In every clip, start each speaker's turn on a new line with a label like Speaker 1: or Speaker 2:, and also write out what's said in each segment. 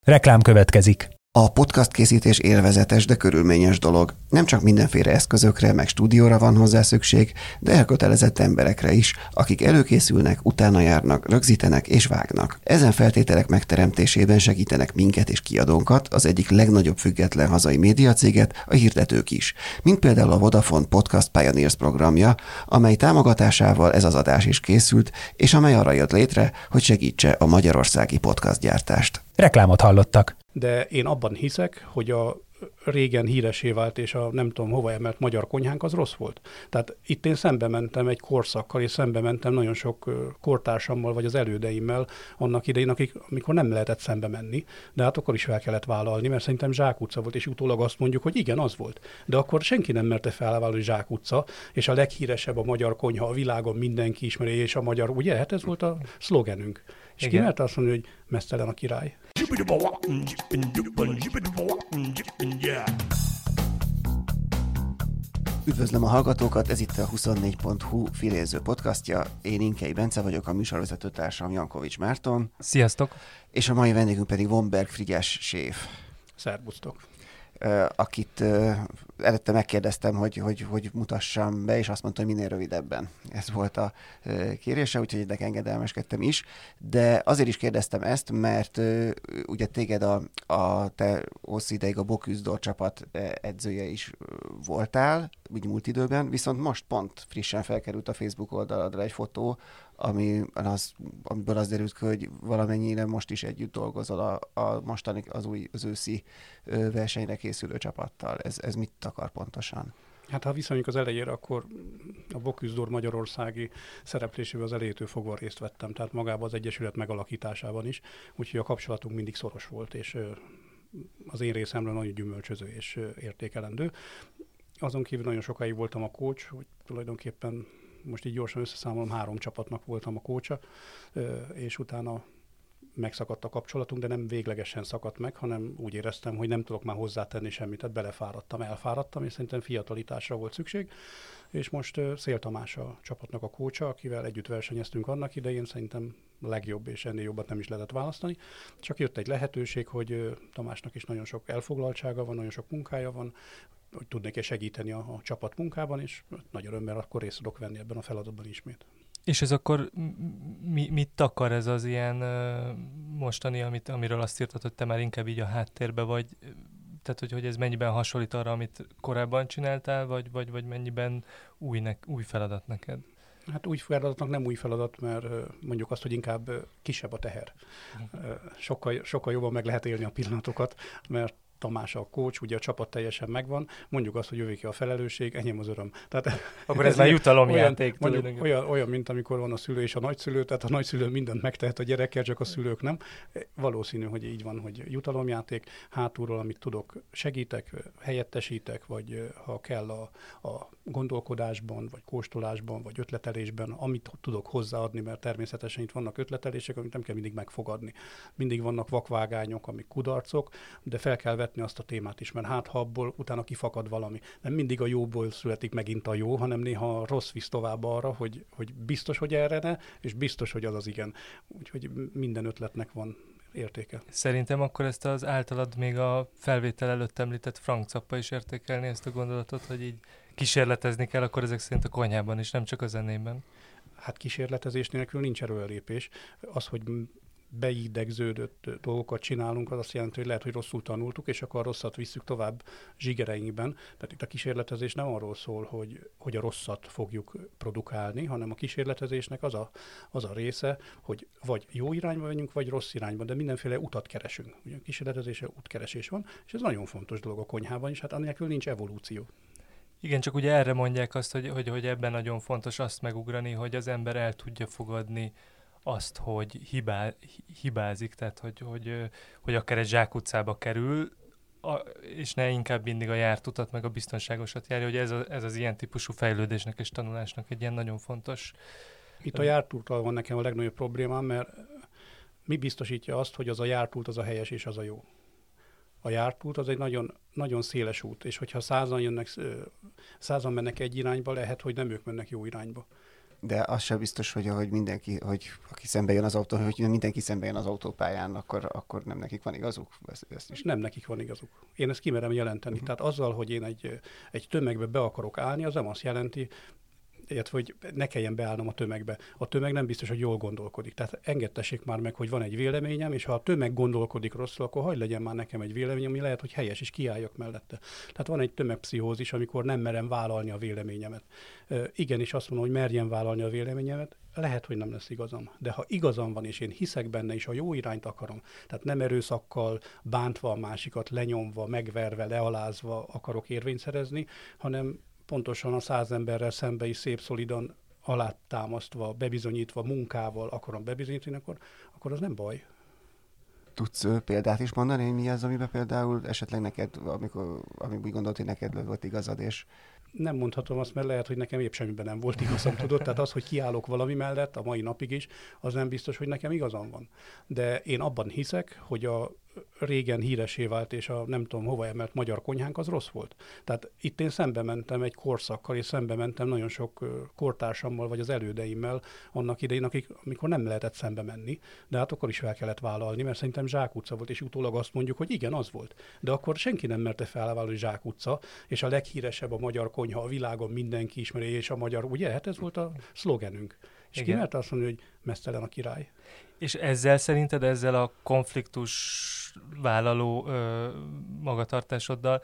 Speaker 1: Reklám következik.
Speaker 2: A podcast készítés élvezetes, de körülményes dolog. Nem csak mindenféle eszközökre, meg stúdióra van hozzá szükség, de elkötelezett emberekre is, akik előkészülnek, utána járnak, rögzítenek és vágnak. Ezen feltételek megteremtésében segítenek minket és kiadónkat, az egyik legnagyobb független hazai médiacéget, a hirdetők is. Mint például a Vodafone Podcast Pioneers programja, amely támogatásával ez az adás is készült, és amely arra jött létre, hogy segítse a magyarországi podcastgyártást.
Speaker 1: Reklámot hallottak.
Speaker 3: De én abban hiszek, hogy a régen híressé vált és a nem tudom hova emelt magyar konyhánk az rossz volt. Tehát itt én szembe mentem egy korszakkal, és szembe mentem nagyon sok kortársammal, vagy az elődeimmel annak idején, amikor nem lehetett szembe menni, de hát akkor is fel kellett vállalni, mert szerintem zsákutca volt, és utólag azt mondjuk, hogy igen, az volt. De akkor senki nem merte felvállalni, hogy zsákutca, és a leghíresebb a magyar konyha, a világon mindenki ismeri, és a magyar, ugye, hát ez volt a szlogenünk. És ki merte azt mondani, hogy meztelen a király.
Speaker 2: Üdvözlöm a hallgatókat, ez itt a 24.hu filéző podcastja. Én Inkei Bence vagyok, a műsorvezető társam Jankovics Márton.
Speaker 1: Sziasztok!
Speaker 2: És a mai vendégünk pedig Vomberg Frigyes séf.
Speaker 3: Szerbusztok!
Speaker 2: Akit előtte megkérdeztem, hogy mutassam be, és azt mondta, hogy minél rövidebben. Ez volt a kérése, úgyhogy ennek engedelmeskedtem is. De azért is kérdeztem ezt, mert ugye téged te hosszú ideig a Bocuse csapat edzője is voltál, úgy múlt időben, viszont most pont frissen felkerült a Facebook oldaladra egy fotó, amiből az derült ki, hogy valamennyire most is együtt dolgozol a mostani, az őszi versenyre készülő csapattal. Ez mit akar pontosan?
Speaker 3: Hát ha viszonyunk az elejére, akkor a Bocuse d'Or magyarországi szereplésével az elejétől fogva részt vettem, tehát magában az Egyesület megalakításában is, úgyhogy a kapcsolatunk mindig szoros volt, és az én részemről nagyon gyümölcsöző és értékelendő. Azon kívül nagyon sokáig voltam a coach, hogy tulajdonképpen most így gyorsan összeszámolom, 3 csapatnak voltam a coacha, és utána megszakadt a kapcsolatunk, de nem véglegesen szakadt meg, hanem úgy éreztem, hogy nem tudok már hozzátenni semmit, tehát belefáradtam, elfáradtam, és szerintem fiatalításra volt szükség, és most Szél Tamás a csapatnak a coacha, akivel együtt versenyeztünk annak idején, szerintem legjobb, és ennél jobbat nem is lehetett választani. Csak jött egy lehetőség, hogy Tamásnak is nagyon sok elfoglaltsága van, nagyon sok munkája van, hogy tudnék-e segíteni a csapat munkában, és nagy örömmel akkor részt tudok venni ebben a feladatban ismét.
Speaker 4: És ez akkor mit akar ez az ilyen mostani, amiről azt írtad, hogy te már inkább így a háttérbe vagy, tehát hogy ez mennyiben hasonlít arra, amit korábban csináltál, vagy mennyiben új feladat neked?
Speaker 3: Hát új feladatnak nem új feladat, mert mondjuk azt, hogy inkább kisebb a teher. Sokkal jobban meg lehet élni a pillanatokat, mert Tamás a coach, ugye a csapat teljesen megvan, mondjuk azt, hogy jövék ki a felelősség, enyém az öröm. Tehát
Speaker 4: akkor ez már jutalomjáték.
Speaker 3: Olyan, mint amikor van a szülő és a nagyszülő, tehát a nagyszülő mindent megtehet a gyerekkel, csak a szülők nem. Valószínű, hogy így van, hogy jutalomjáték, hátulról, amit tudok, segítek, helyettesítek, vagy ha kell a gondolkodásban, vagy kóstolásban, vagy ötletelésben, amit tudok hozzáadni, mert természetesen itt vannak ötletelések, amit nem kell mindig megfogadni. Mindig vannak vakvágányok, amik kudarcok, de fel kell vetni azt a témát is, mert hát ha abból utána kifakad valami. Nem mindig a jóból születik megint a jó, hanem néha a rossz visz tovább arra, hogy biztos, hogy erre ne, és biztos, hogy az igen. Úgyhogy minden ötletnek van értéke.
Speaker 4: Szerintem akkor ezt az általad még a felvétel előtt említett Frank Zappa is értékelni ezt a gondolatot, hogy így kísérletezni kell, akkor ezek szerint a konyhában is, nem csak a zenében.
Speaker 3: Hát kísérletezés nélkül nincs előrelépés. Az, hogy beidegződött dolgokat csinálunk, az azt jelenti, hogy lehet, hogy rosszul tanultuk, és akkor a rosszat visszük tovább zsigereinkben. Tehát itt a kísérletezés nem arról szól, hogy a rosszat fogjuk produkálni, hanem a kísérletezésnek az a része, hogy vagy jó irányba menjünk, vagy rossz irányba, de mindenféle utat keresünk. Ugye a kísérletezésre útkeresés van, és ez nagyon fontos dolog a konyhában is, hát annélkül nincs evolúció.
Speaker 4: Igen, csak ugye erre mondják azt, hogy ebben nagyon fontos azt megugrani, hogy az ember el tudja fogadni azt, hogy hibázik, tehát hogy akár egy zsákutcába kerül, és ne inkább mindig a járt utat, meg a biztonságosat járja, hogy ez az ilyen típusú fejlődésnek és tanulásnak egy ilyen nagyon fontos...
Speaker 3: Itt a járt úttal van nekem a legnagyobb problémám, mert mi biztosítja azt, hogy az a járt út az a helyes és az a jó. A járt út az egy nagyon, nagyon széles út, és hogyha 100-an mennek egy irányba, lehet, hogy nem ők mennek jó irányba.
Speaker 2: De az sem biztos, hogy mindenki, hogy aki szembe jön az autó, hogy mindenki szembe jön az autópályán, akkor nem nekik van igazuk? Ezt is.
Speaker 3: Nem nekik van igazuk. Én ezt kimerem jelenteni. Tehát azzal, hogy én egy tömegbe be akarok állni, az nem azt jelenti, illetve, hogy ne kelljen beállnom a tömegbe. A tömeg nem biztos, hogy jól gondolkodik. Tehát engedtessék már meg, hogy van egy véleményem, és ha a tömeg gondolkodik rosszul, akkor hadd legyen már nekem egy véleményem, ami lehet, hogy helyes, és kiálljak mellette. Tehát van egy tömegpszichózis, amikor nem merem vállalni a véleményemet. Igenis azt mondom, hogy merjem vállalni a véleményemet, lehet, hogy nem lesz igazam. De ha igazam van, és én hiszek benne, és a jó irányt akarom, tehát nem erőszakkal, bántva a másikat, lenyomva, megverve, lealázva akarok érvényt szerezni, hanem pontosan a 100 emberrel szembe is szép szolidan alátámasztva, bebizonyítva, munkával akarom bebizonyítani, akkor az nem baj.
Speaker 2: Tudsz példát is mondani, hogy mi az, amiben például esetleg neked, amikor úgy gondolt, hogy neked volt igazad, és...
Speaker 3: Nem mondhatom azt, mert lehet, hogy nekem épp semmiben nem volt igazam, tudod? Tehát az, hogy kiállok valami mellett, a mai napig is, az nem biztos, hogy nekem igazam van. De én abban hiszek, hogy a régen híressé vált, és a nem tudom hova emelt magyar konyhánk az rossz volt. Tehát itt én szembe mentem egy korszakkal, és szembe mentem nagyon sok kortársammal, vagy az elődeimmel annak idején, amikor nem lehetett szembe menni, de hát akkor is fel kellett vállalni, mert szerintem zsákutca volt, és utólag azt mondjuk, hogy igen, az volt. De akkor senki nem merte felvállalni, hogy zsákutca, és a leghíresebb a magyar konyha a világon, mindenki ismeri, és a magyar, ugye? Hát ez volt a szlogenünk. És igen. Ki merte azt mondani, hogy meztelen a király.
Speaker 4: És ezzel szerinted, ezzel a konfliktus vállaló magatartásoddal,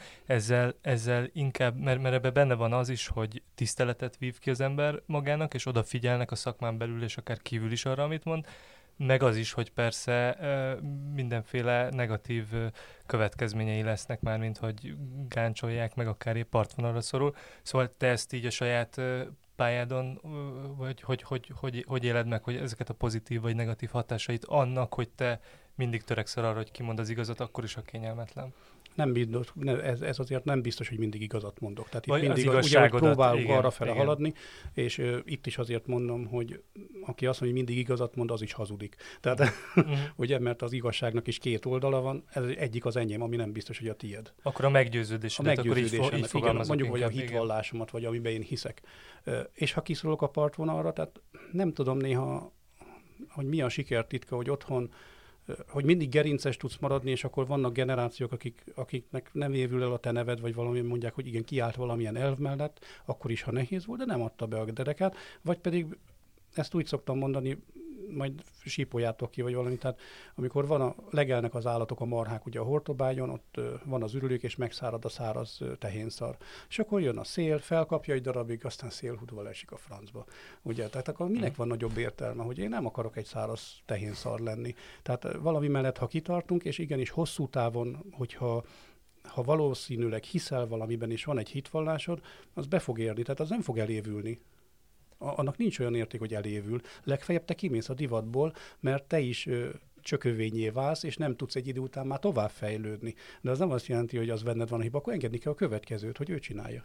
Speaker 4: ezzel inkább, mert ebben benne van az is, hogy tiszteletet vív ki az ember magának, és odafigyelnek a szakmán belül, és akár kívül is arra, amit mond, meg az is, hogy persze mindenféle negatív következményei lesznek már, mint hogy gáncsolják, meg akár épp partvonalra szorul. Szóval te ezt így a saját pályádon, vagy hogy éled meg, hogy ezeket a pozitív vagy negatív hatásait annak, hogy te mindig törekszel arra, hogy kimond az igazat, akkor is a kényelmetlen?
Speaker 3: Nem biztos, ez azért nem biztos, hogy mindig igazat mondok. Tehát
Speaker 4: vagy
Speaker 3: itt mindig ugye, próbálunk arrafele haladni, és itt is azért mondom, hogy aki azt mondja, hogy mindig igazat mond, az is hazudik. Tehát ugye, mert az igazságnak is két oldala van, ez egyik az enyém, ami nem biztos, hogy a tiéd.
Speaker 4: Akkor a meggyőződésedet, akkor így fogalmazok.
Speaker 3: Mondjuk, hogy a hitvallásomat, vagy amiben én hiszek. És ha kiszorulok a partvonalra, tehát nem tudom néha, hogy mi a sikertitka, hogy otthon hogy mindig gerinces tudsz maradni, és akkor vannak generációk, akiknek nem évül el a te neved, vagy valami mondják, hogy igen, kiállt valamilyen elv mellett, akkor is, ha nehéz volt, de nem adta be a derekát, vagy pedig ezt úgy szoktam mondani, majd sípoljátok ki, vagy valami, tehát amikor legelnek az állatok, a marhák ugye a hortobágyon, ott van az ürülék, és megszárad a száraz tehénszar. És akkor jön a szél, felkapja egy darabig, aztán szélhudval esik a francba. Ugye? Tehát akkor minek van nagyobb értelme, hogy én nem akarok egy száraz tehénszar lenni. Tehát valami mellett, ha kitartunk, és igenis hosszú távon, hogyha valószínűleg hiszel valamiben, és van egy hitvallásod, az be fog érni, tehát az nem fog elévülni. Annak nincs olyan érték, hogy elévül. Legfeljebb te kimész a divatból, mert te is csökövényé válsz, és nem tudsz egy idő után már tovább fejlődni. De az nem azt jelenti, hogy az benned van a hiba, akkor engedni kell a következőt, hogy ő csinálja.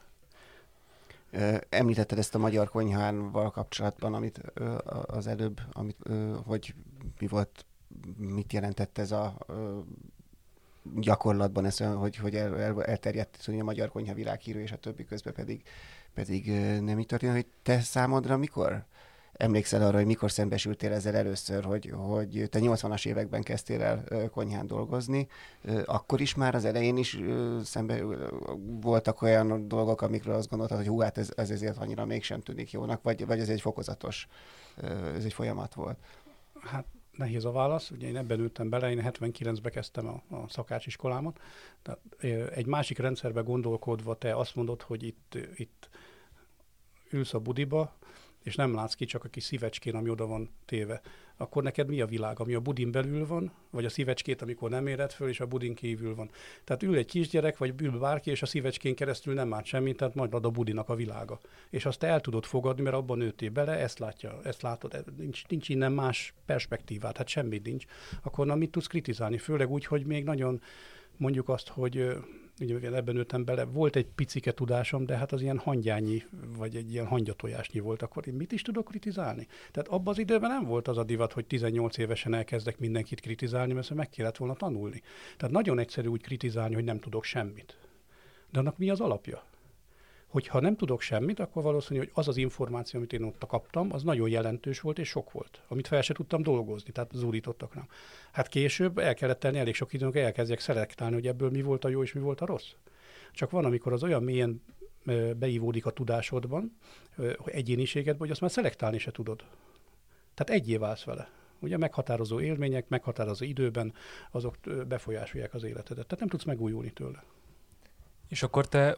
Speaker 2: Említetted ezt a magyar konyhával kapcsolatban, amit az előbb, hogy mi volt, mit jelentett ez a gyakorlatban, ez, hogy elterjedt a magyar konyha világhírű, és a többi közben pedig nem így történt, hogy te számodra mikor emlékszel arra, hogy mikor szembesültél ezzel először, hogy te 80-as években kezdtél el konyhán dolgozni, akkor is már az elején is szembe voltak olyan dolgok, amikről azt gondoltad, hogy hú, hát ez ezért annyira mégsem tűnik jónak, vagy ez egy fokozatos, ez egy folyamat volt?
Speaker 3: Hát nehéz a válasz, ugye én ebben ültem bele, én 79-ben kezdtem a szakácsiskolámat, tehát egy másik rendszerbe gondolkodva te azt mondod, hogy itt ülsz a budiba, és nem látsz ki, csak a kis szívecskén, ami oda van téve. Akkor neked mi a világ? Ami a budin belül van, vagy a szívecskét, amikor nem éred föl, és a budin kívül van. Tehát ül egy kisgyerek, vagy ül bárki, és a szívecskén keresztül nem lát semmit, tehát majd ad a budinak a világa. És azt te el tudod fogadni, mert abban nőttél bele, ezt látod, nincs innen más perspektívát, hát semmi nincs. Akkor mit tudsz kritizálni? Főleg úgy, hogy még nagyon mondjuk azt, hogy ugye ebben nőttem bele, volt egy picike tudásom, de hát az ilyen hangyányi, vagy egy ilyen hangyatojásnyi volt, akkor én mit is tudok kritizálni? Tehát abban az időben nem volt az a divat, hogy 18 évesen elkezdek mindenkit kritizálni, mert meg kellett volna tanulni. Tehát nagyon egyszerű úgy kritizálni, hogy nem tudok semmit. De annak mi az alapja? Hogyha nem tudok semmit, akkor valószínű, hogy az az információ, amit én ott kaptam, az nagyon jelentős volt és sok volt, amit fel se tudtam dolgozni, tehát zúdítottak rám. Hát később el kellett tenni elég sok időnk, elkezdjek szelektálni, hogy ebből mi volt a jó és mi volt a rossz. Csak van, amikor az olyan mélyen beívódik a tudásodban, egyéniségedben, hogy azt már szelektálni se tudod. Tehát egyé válsz vele. Ugye meghatározó élmények, meghatározó időben, azok befolyásolják az életedet. Tehát nem tudsz megújulni tőle.
Speaker 4: És akkor te,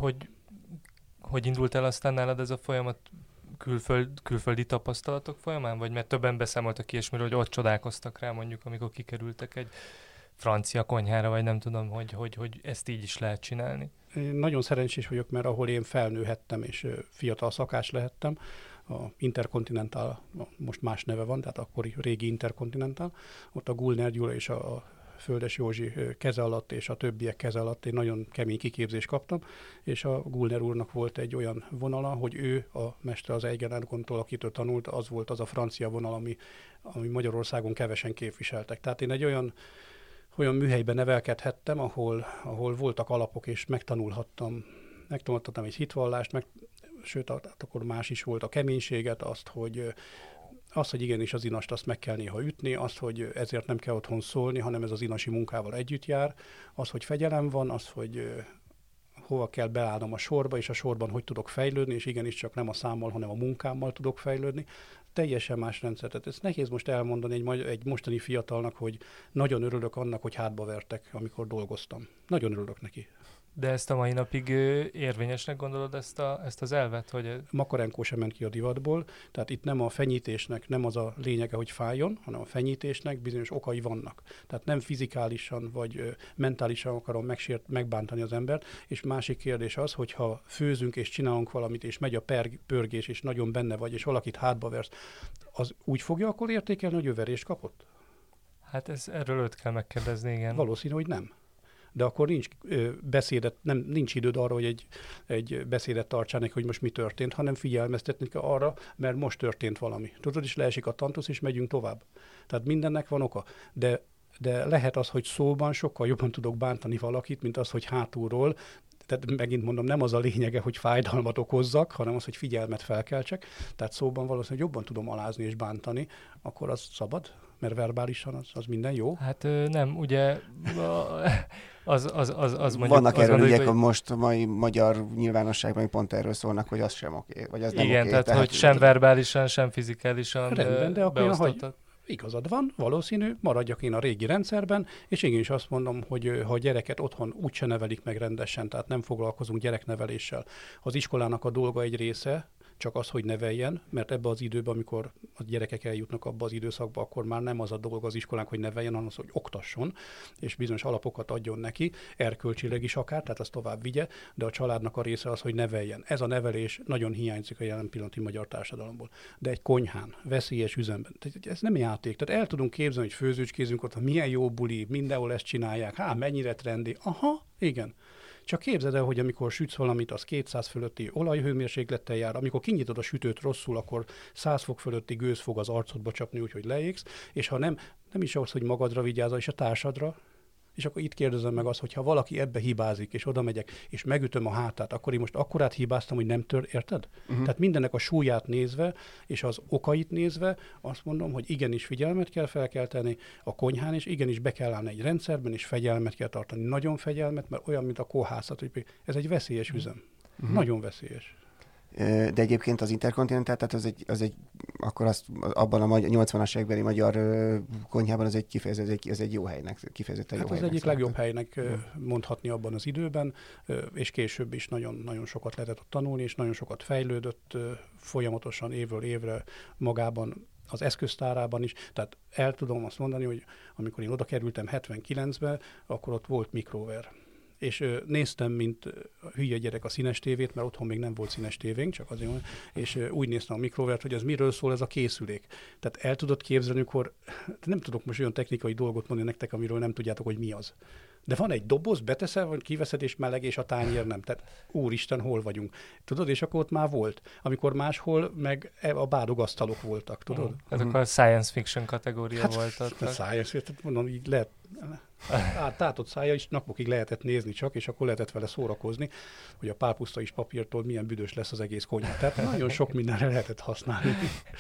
Speaker 4: hogy indult el aztán nálad ez a folyamat külföldi tapasztalatok folyamán? Vagy mert többen beszámoltak ilyesmiről, hogy ott csodálkoztak rá mondjuk, amikor kikerültek egy francia konyhára, vagy nem tudom, hogy ezt így is lehet csinálni.
Speaker 3: Én nagyon szerencsés vagyok, mert ahol én felnőhettem és fiatal szakás lehettem, a Intercontinental, most más neve van, tehát akkori régi Intercontinental, ott a Gulner Gyula és a Földes Józsi keze alatt és a többiek keze alatt én nagyon kemény kiképzést kaptam, és a Gulner úrnak volt egy olyan vonala, hogy ő, a mester az Eigen-Ergontól, akitől tanult, az volt az a francia vonal, ami Magyarországon kevesen képviseltek. Tehát én egy olyan műhelyben nevelkedhettem, ahol voltak alapok, és megtanulhattam egy hitvallást, sőt, akkor más is volt, a keménységet, azt, hogy igenis az inast azt meg kell néha ütni, azt, hogy ezért nem kell otthon szólni, hanem ez az inasi munkával együtt jár, az, hogy fegyelem van, az, hogy hova kell beállnom a sorba, és a sorban hogy tudok fejlődni, és igenis csak nem a számmal, hanem a munkámmal tudok fejlődni. Teljesen más rendszer. Tehát ezt nehéz most elmondani egy mostani fiatalnak, hogy nagyon örülök annak, hogy hátba vertek, amikor dolgoztam. Nagyon örülök neki.
Speaker 4: De ezt a mai napig érvényesnek gondolod ezt az elvet? Hogy...
Speaker 3: Makarenko sem ment ki a divatból, tehát itt nem a fenyítésnek nem az a lényege, hogy fájjon, hanem a fenyítésnek bizonyos okai vannak. Tehát nem fizikálisan vagy mentálisan akarom megbántani az embert, és másik kérdés az, hogy ha főzünk és csinálunk valamit, és megy a pörgés, és nagyon benne vagy, és valakit hátba versz, az úgy fogja akkor értékelni, hogy ő verést kapott?
Speaker 4: Hát erről őt kell megkérdezni, igen.
Speaker 3: Valószínű, hogy nem. De akkor nincs időd arra, hogy egy beszédet tartsál neki, hogy most mi történt, hanem figyelmeztetni kell arra, mert most történt valami. Tudod, is leesik a tantusz, és megyünk tovább. Tehát mindennek van oka. De lehet az, hogy szóban sokkal jobban tudok bántani valakit, mint az, hogy hátulról. Tehát megint mondom, nem az a lényege, hogy fájdalmat okozzak, hanem az, hogy figyelmet felkeltsek. Tehát szóban valószínűleg jobban tudom alázni és bántani, akkor az szabad? Mert verbálisan az minden jó?
Speaker 4: Hát nem, ugye az mondjuk...
Speaker 2: Vannak erről ügyek, hogy most a mai magyar nyilvánosságban pont erről szólnak, hogy az sem oké, vagy az nem
Speaker 4: igen,
Speaker 2: oké.
Speaker 4: tehát hogy sem verbálisan, sem fizikálisan
Speaker 3: rendben, de akkor
Speaker 4: beosztottak.
Speaker 3: Igazad van, valószínű, maradjak én a régi rendszerben, és én is azt mondom, hogy ha a gyereket otthon úgyse nevelik meg rendesen, tehát nem foglalkozunk gyerekneveléssel. Az iskolának a dolga egy része, csak az, hogy neveljen, mert ebbe az időben, amikor a gyerekek eljutnak abba az időszakba, akkor már nem az a dolga az iskolánk, hogy neveljen, hanem az, hogy oktasson, és bizonyos alapokat adjon neki, erkölcsileg is akár, tehát azt tovább vigye, de a családnak a része az, hogy neveljen. Ez a nevelés nagyon hiányzik a jelen pillanati magyar társadalomból. De egy konyhán, veszélyes üzemben, ez nem játék. Tehát el tudunk képzelni, hogy főzőcskézünk ott, milyen jó buli, mindenhol ezt csinálják, mennyire trendi. Aha, igen. Csak képzeld el, hogy amikor sütsz valamit, az 200 fölötti olajhőmérséklettel jár, amikor kinyitod a sütőt rosszul, akkor 100 fok fölötti gőz fog az arcodba csapni, úgyhogy leégsz, és ha nem is ahhoz, hogy magadra vigyázol, és a társadra, és akkor itt kérdezem meg azt, hogy ha valaki ebbe hibázik, és oda megyek, és megütöm a hátát, akkor én most akkorát hibáztam, hogy nem érted? Tehát mindennek a súlyát nézve, és az okait nézve azt mondom, hogy igenis figyelmet kell felkelteni a konyhán, és igenis be kell állni egy rendszerben, és fegyelmet kell tartani. Nagyon fegyelmet, mert olyan, mint a kóhászat, hogy ez egy veszélyes üzem. Nagyon veszélyes.
Speaker 2: De egyébként az Intercontinental, tehát az egy akkor azt abban a 80-as évekbeli magyar konyhában az egy jó helynek, kifejezetten jó helynek.
Speaker 3: Az egyik legjobb helynek mondhatni abban az időben, és később is nagyon sokat lehetett ott tanulni, és nagyon sokat fejlődött folyamatosan évről évre magában, az eszköztárában is. Tehát el tudom azt mondani, hogy amikor én oda kerültem 79-be, akkor ott volt mikrover. És néztem, mint hülye gyerek a színes tévét, mert otthon még nem volt színes tévénk, csak azért, és úgy néztem a mikrovert, hogy ez miről szól ez a készülék. Tehát el tudod képzelni, akkor nem tudok most olyan technikai dolgot mondani nektek, amiről nem tudjátok, hogy mi az. De van egy doboz, beteszel, vagy kiveszed, és meleg, és a tányér nem. Tehát úristen, hol vagyunk? Tudod, és akkor ott már volt. Amikor máshol meg a bádogasztalok voltak, tudod?
Speaker 4: Ezek a science fiction kategória
Speaker 3: Hát,
Speaker 4: volt ott.
Speaker 3: Science fiction, mondom, így lehet, tátott szája is napokig lehetett nézni csak, és akkor lehetett vele szórakozni, hogy a pálpuszta is papírtól milyen büdös lesz az egész konyha. Tehát nagyon sok mindenre lehetett használni.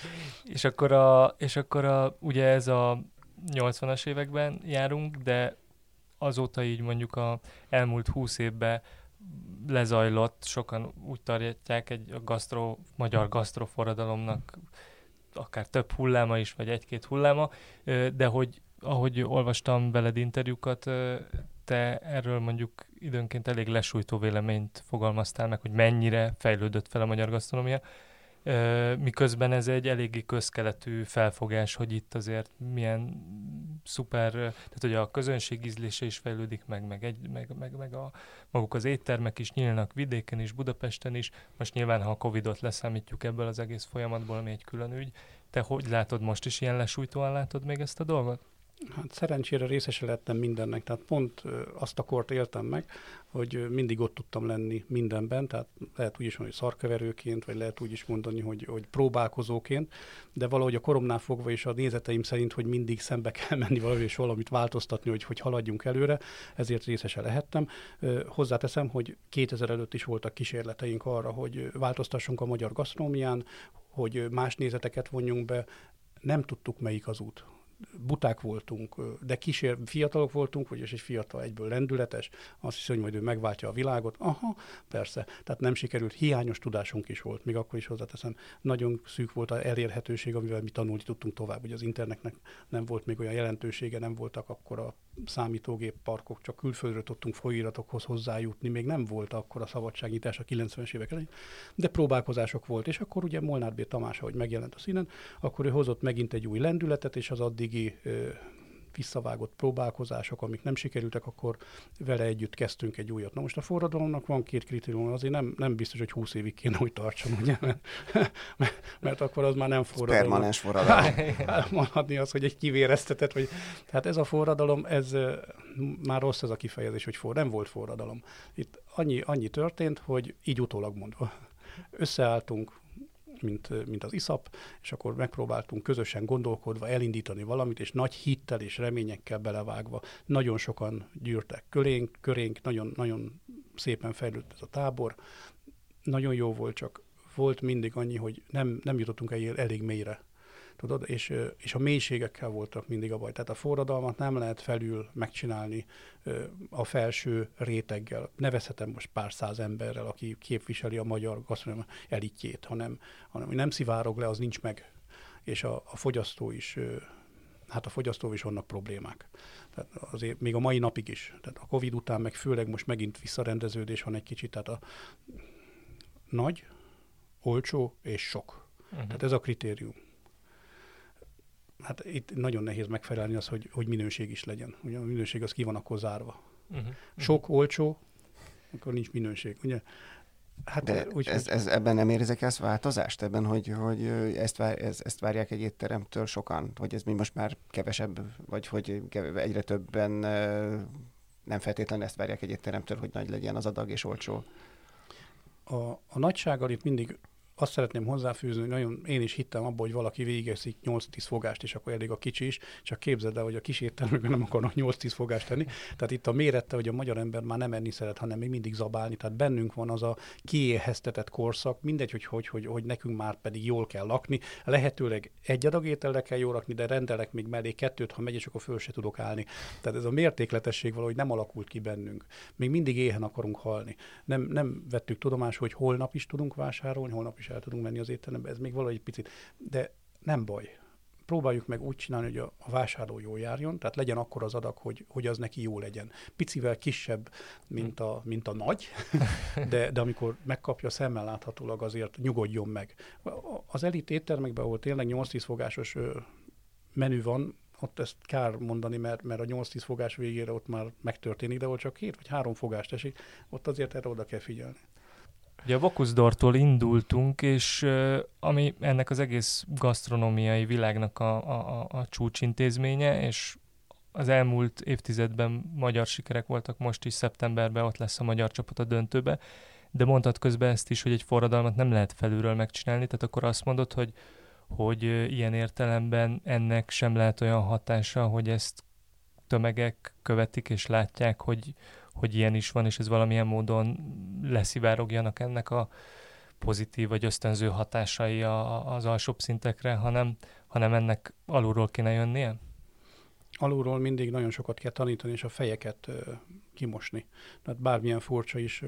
Speaker 4: És akkor ugye ez a 80-as években járunk, de azóta így mondjuk a elmúlt 20 évben lezajlott, sokan úgy tartják magyar gasztroforradalomnak akár több hulláma is, vagy egy-két hulláma, de hogy ahogy olvastam veled interjúkat, te erről mondjuk időnként elég lesújtó véleményt fogalmaztál meg, hogy mennyire fejlődött fel a magyar gasztronómia, miközben ez egy eléggé közkeletű felfogás, hogy itt azért milyen szuper, tehát hogy a közönség ízlése is fejlődik meg maguk az éttermek is nyílnak vidéken is, Budapesten is. Most nyilván, ha a Covidot leszámítjuk ebből az egész folyamatból, ami egy külön ügy. Te hogy látod, most is ilyen lesújtóan látod még ezt a dolgot?
Speaker 3: Hát szerencsére részese lettem mindennek, tehát pont azt a kort éltem meg, hogy mindig ott tudtam lenni mindenben, tehát lehet úgy is mondani, hogy szarkeverőként, vagy lehet úgy is mondani, hogy próbálkozóként, de valahogy a koromnál fogva és a nézeteim szerint, hogy mindig szembe kell menni valahogy és valamit változtatni, hogy haladjunk előre, ezért részese lehettem. Hozzáteszem, hogy 2000 előtt is voltak kísérleteink arra, hogy változtassunk a magyar gasztronómián, hogy más nézeteket vonjunk be, nem tudtuk, melyik az út. Buták voltunk, de fiatalok voltunk, vagyis egy fiatal egyből lendületes, azt hiszem, hogy majd ő megváltja a világot. Aha, persze. Tehát nem sikerült, hiányos tudásunk is volt, még akkor is hozzáteszem. Nagyon szűk volt az elérhetőség, amivel mi tanulni tudtunk tovább. Ugye az internetnek nem volt még olyan jelentősége, nem voltak akkor a számítógép parkok, csak külföldről tudtunk folyóiratokhoz hozzájutni, még nem volt akkor a szabadságnyitás a 90-es évek elején, de próbálkozások volt, és akkor ugye Molnár B. Tamás, ahogy megjelent a színen, akkor ő hozott megint egy új lendületet, és az addigi visszavágott próbálkozások, amik nem sikerültek, akkor vele együtt kezdtünk egy újat. Na most a forradalomnak van két kritérium, azért nem biztos, hogy 20 évig kéne, hogy tartson, ugye? Mert akkor az már nem forradalom.
Speaker 2: Permanens forradalom.
Speaker 3: Mondhatni az, hogy egy kivéreztetett, vagy... Tehát ez a forradalom, ez már rossz ez a kifejezés, hogy nem volt forradalom. Itt annyi történt, hogy így utólag mondva. Összeálltunk, mint az ISZAP, és akkor megpróbáltunk közösen gondolkodva elindítani valamit, és nagy hittel és reményekkel belevágva. Nagyon sokan gyűrtek körénk, nagyon, nagyon szépen fejlődött ez a tábor. Nagyon jó volt, csak volt mindig annyi, hogy nem jutottunk elég mélyre. Tudod? És a mélységekkel voltak mindig a baj. Tehát a forradalmat nem lehet felül megcsinálni a felső réteggel. Nevezhetem most pár száz emberrel, aki képviseli a magyar gasztronómia elitjét, hanem nem szivárog le, az nincs meg. És a fogyasztó is, a fogyasztó is vannak problémák. Tehát azért még a mai napig is. Tehát a Covid után meg főleg most megint visszarendeződés van egy kicsit. Tehát a nagy, olcsó és sok. Tehát ez a kritérium. Hát itt nagyon nehéz megfelelni az, hogy minőség is legyen. Ugye a minőség az ki van akkor zárva. Sok, olcsó, akkor nincs minőség. Ugye? Hát
Speaker 2: de ebben nem érzek ezt változást? Ebben, hogy ezt várják egy étteremtől sokan? Hogy ez mi most már kevesebb, vagy hogy egyre többen nem feltétlenül ezt várják egy étteremtől, hogy nagy legyen az adag és olcsó?
Speaker 3: A nagysággal itt mindig azt szeretném hozzáfűzni, hogy én is hittem abban, hogy valaki végigeszik 8-10 fogást, és akkor elég a kicsi is, csak képzeld el, hogy a kis éttermekben nem akarnak 8-10 fogást tenni. Tehát itt a mérete, hogy a magyar ember már nem enni szeret, hanem még mindig zabálni. Tehát bennünk van az a kiéheztetett korszak, mindegy, hogy nekünk már pedig jól kell lakni. Lehetőleg egy adag ételre kell jól lakni, de rendelek még mellé 2, ha megy, és akkor föl se tudok állni. Tehát ez a mértékletesség valahogy nem alakult ki bennünk. Még mindig éhen akarunk halni. Nem vettük tudomásul, hogy holnap is tudunk vásárolni, holnap is el tudunk menni az étterembe, ez még valahogy picit, de nem baj. Próbáljuk meg úgy csinálni, hogy a vásárló jól járjon, tehát legyen akkor az adag, hogy az neki jó legyen. Picivel kisebb, mint a nagy, de amikor megkapja szemmel láthatólag, azért nyugodjon meg. Az elit éttermekben, ahol tényleg 8-10 fogásos menü van, ott ezt kár mondani, mert a 8-10 fogás végére ott már megtörténik, de ahol csak 2 vagy 3 fogást esik, ott azért erre oda kell figyelni.
Speaker 4: Ugye a Bocuse-d'Ortól indultunk, és ami ennek az egész gasztronómiai világnak a csúcsintézménye, és az elmúlt évtizedben magyar sikerek voltak, most is szeptemberben ott lesz a magyar csapat a döntőbe, de mondtad közben ezt is, hogy egy forradalmat nem lehet felülről megcsinálni, tehát akkor azt mondod, hogy ilyen értelemben ennek sem lehet olyan hatása, hogy ezt tömegek követik és látják, hogy ilyen is van, és ez valamilyen módon leszivárogjanak ennek a pozitív vagy ösztönző hatásai az alsóbb szintekre, hanem ennek alulról kéne jönnie?
Speaker 3: Alulról mindig nagyon sokat kell tanítani, és a fejeket kimosni. Tehát bármilyen furcsa is,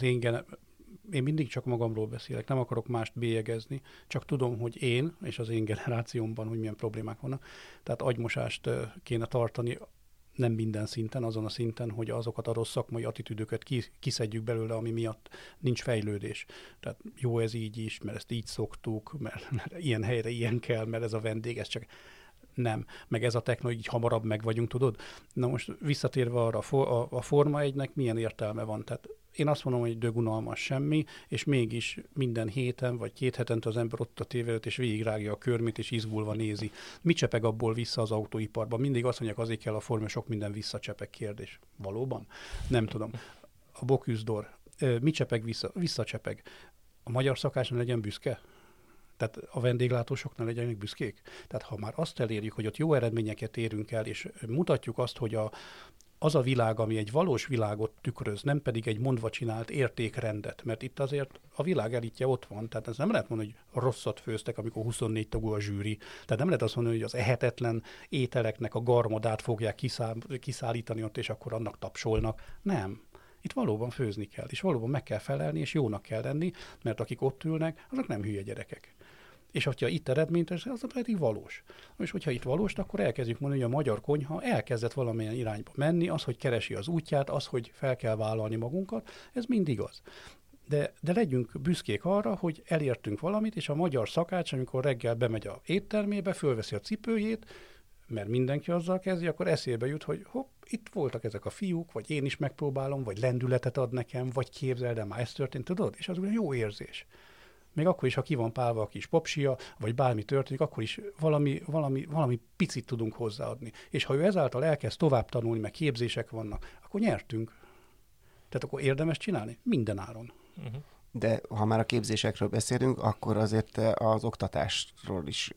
Speaker 3: én mindig csak magamról beszélek, nem akarok mást bélyegezni, csak tudom, hogy én és az én generációmban, hogy milyen problémák vannak. Tehát agymosást kéne tartani, nem minden szinten, azon a szinten, hogy azokat a rossz szakmai attitűdöket kiszedjük belőle, ami miatt nincs fejlődés. Tehát jó ez így is, mert ezt így szoktuk, mert ilyen helyre ilyen kell, mert ez a vendég, ez csak nem. Meg ez a technológia, így hamarabb meg vagyunk, tudod? Na most visszatérve arra, a Forma 1-nek milyen értelme van? Tehát én azt mondom, hogy dögunalmas semmi, és mégis minden héten vagy 2 hetente az ember ott a tévé előtt, és végigrágja a körmét, és izgulva nézi. Mi csepeg abból vissza az autóiparban? Mindig azt mondják, azért kell a Forma, sok minden visszacsepeg kérdés. Valóban? Nem tudom. A Bocuse d'Or. Mi csepeg vissza? Visszacsepeg. A magyar szakács ne legyen büszke? Tehát a vendéglátósok ne legyenek büszkék? Tehát ha már azt elérjük, hogy ott jó eredményeket érünk el, és mutatjuk azt, hogy az a világ, ami egy valós világot tükröz, nem pedig egy mondva csinált értékrendet, mert itt azért a világ elitje ott van, tehát ez nem lehet mondani, hogy rosszat főztek, amikor 24 tagú a zsűri, tehát nem lehet azt mondani, hogy az ehetetlen ételeknek a garmadát fogják kiszállítani ott, és akkor annak tapsolnak. Nem. Itt valóban főzni kell, és valóban meg kell felelni, és jónak kell lenni, mert akik ott ülnek, azok nem hülye gyerekek. És hogyha itt eredményes, az pedig valós. És hogyha itt valós, akkor elkezdjük mondani, hogy a magyar konyha elkezdett valamilyen irányba menni, az, hogy keresi az útját, az, hogy fel kell vállalni magunkat, ez mind igaz. De legyünk büszkék arra, hogy elértünk valamit, és a magyar szakács, amikor reggel bemegy a éttermébe, fölveszi a cipőjét, mert mindenki azzal kezdi, akkor eszébe jut, hogy hopp, itt voltak ezek a fiúk, vagy én is megpróbálom, vagy lendületet ad nekem, vagy képzeld el, már ez történt, tudod? És az olyan jó érzés. Még akkor is, ha ki van pálva a kis popsia, vagy bármi történik, akkor is valami picit tudunk hozzáadni. És ha ő ezáltal elkezd tovább tanulni, meg képzések vannak, akkor nyertünk. Tehát akkor érdemes csinálni? Minden áron.
Speaker 4: Uh-huh.
Speaker 2: De ha már a képzésekről beszélünk, akkor azért az oktatásról is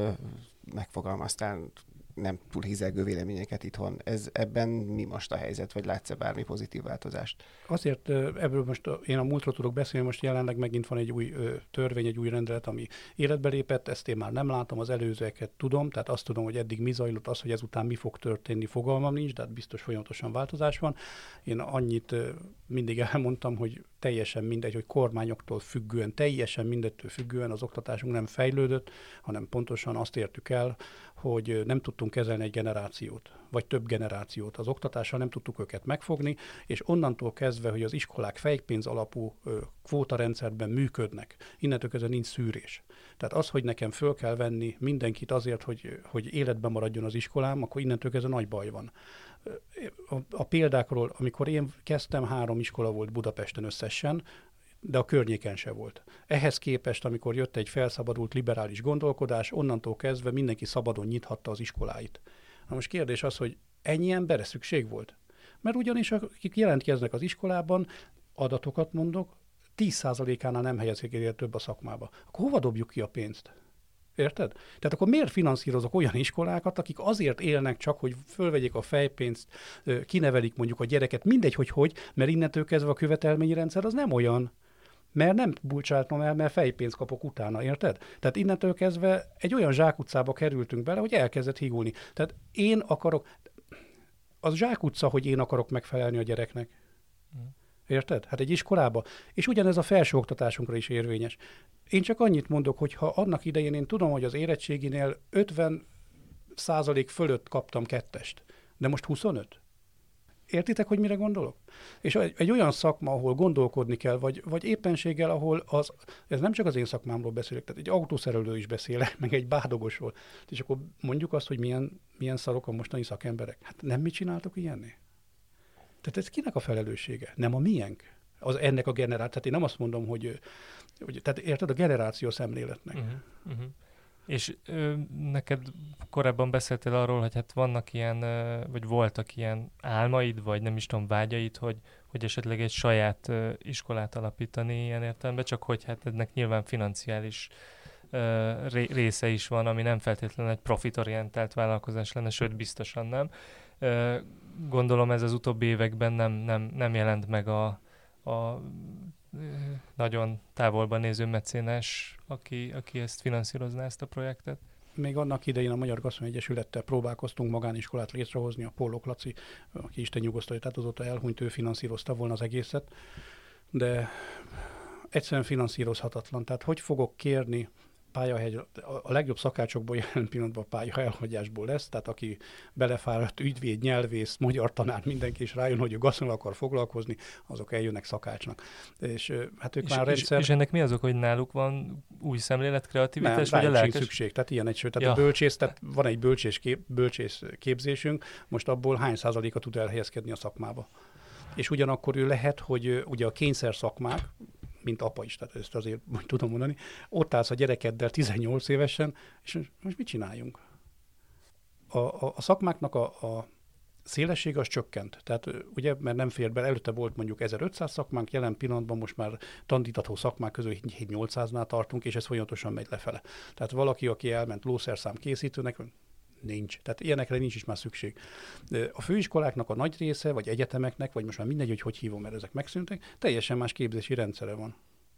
Speaker 2: megfogalmaztál nem túl hízelgő véleményeket itthon. Ebben mi most a helyzet, vagy látsz-e bármi pozitív változást?
Speaker 3: Azért ebből most én a múltról tudok beszélni, most jelenleg megint van egy új törvény, egy új rendelet, ami életbe lépett, ezt én már nem látom, az előzőeket tudom, tehát azt tudom, hogy eddig mi zajlott, az, hogy ezután mi fog történni, fogalmam nincs, de hát biztos folyamatosan változás van. Én annyit mindig elmondtam, hogy teljesen mindegy, hogy kormányoktól függően, teljesen mindettől függően az oktatásunk nem fejlődött, hanem pontosan azt értük el, hogy nem tudtunk kezelni egy generációt, vagy több generációt. Az oktatással nem tudtuk őket megfogni, és onnantól kezdve, hogy az iskolák fejpénz alapú kvótarendszerben működnek, innentől kezdve nincs szűrés. Tehát az, hogy nekem föl kell venni mindenkit azért, hogy életben maradjon az iskolám, akkor innentől kezdve nagy baj van. A példákról, amikor én kezdtem, 3 iskola volt Budapesten összesen, de a környéken se volt. Ehhez képest, amikor jött egy felszabadult liberális gondolkodás, onnantól kezdve mindenki szabadon nyithatta az iskoláit. Na most kérdés az, hogy ennyi emberre szükség volt? Mert ugyanis akik jelentkeznek az iskolában, adatokat mondok, 10%-ánál nem helyezik el több a szakmába. Akkor hova dobjuk ki a pénzt? Érted? Tehát akkor miért finanszírozok olyan iskolákat, akik azért élnek csak, hogy fölvegyék a fejpénzt, kinevelik mondjuk a gyereket, mindegy, hogy, mert innentől kezdve a követelményi rendszer az nem olyan, mert nem bulcsáltam el, mert fejpénzt kapok utána, érted? Tehát innentől kezdve egy olyan zsákutcába kerültünk bele, hogy elkezdett higulni. Tehát én akarok, az zsákutca, hogy én akarok megfelelni a gyereknek. Érted? Hát egy iskolába. És ugyanez a felsőoktatásunkra is érvényes. Én csak annyit mondok, hogy ha annak idején én tudom, hogy az érettséginél 50% fölött kaptam 2-est, de most 25? Értitek, hogy mire gondolok? És egy olyan szakma, ahol gondolkodni kell, vagy éppenséggel, ahol ez nem csak az én szakmámról beszélek, tehát egy autószerelő is beszélek, meg egy bádogosról. És akkor mondjuk azt, hogy milyen szarok a mostani szakemberek. Hát nem mi csináltok ilyenné? Tehát ez kinek a felelőssége? Nem a miénk? Ennek a generáció. Tehát én nem azt mondom, hogy tehát érted, a generáció szemléletnek.
Speaker 4: Uh-huh. Uh-huh. És neked korábban beszéltél arról, hogy hát vannak ilyen, vagy voltak ilyen álmaid, vagy nem is tudom, vágyaid, hogy esetleg egy saját iskolát alapítani ilyen értelemben, csak hogy hát ennek nyilván financiális része is van, ami nem feltétlenül egy profitorientált vállalkozás lenne, sőt biztosan nem. Gondolom ez az utóbbi években nem jelent meg a nagyon távolban néző mecénás, aki ezt finanszírozná, ezt a projektet.
Speaker 3: Még annak idején a Magyar Gasztronómiai Egyesülettel próbálkoztunk magániskolát létrehozni, a Pólok Laci, aki Isten nyugosztalja, tehát azóta elhunyt, ő finanszírozta volna az egészet, de egyszerűen finanszírozhatatlan. Tehát hogy fogok kérni a legjobb szakácsokból jelen pillanatban pálya elhagyásból lesz, tehát aki belefáradt, ügyvéd, nyelvész, magyar tanár, mindenki is rájön, hogy ő gasztronóval akar foglalkozni, azok eljönnek szakácsnak. És hát ők már rendszer...
Speaker 4: És ennek mi azok, hogy náluk van új szemlélet, kreativitás,
Speaker 3: nem,
Speaker 4: vagy a lelkes?
Speaker 3: szükség, tehát ilyen egyszerű. Tehát a bölcsész, tehát van egy bölcsész képzésünk, most abból hány százaléka tud elhelyezkedni a szakmába. És ugyanakkor ő lehet, hogy ugye a kényszer szakmák, mint apa is, tehát ezt azért tudom mondani, ott állsz a gyerekeddel 18 évesen, és most mit csináljunk? A szakmáknak a szélessége az csökkent. Tehát ugye, mert nem fér bele, előtte volt mondjuk 1500 szakmánk, jelen pillanatban most már tandítató szakmák közül 800-nál tartunk, és ez folyamatosan megy lefele. Tehát valaki, aki elment lószerszám készítőnek, nincs. Tehát ilyenekre nincs is már szükség. A főiskoláknak a nagy része, vagy egyetemeknek, vagy most már mindegy, hogy hívom, mert ezek megszűntek, teljesen más képzési rendszere van.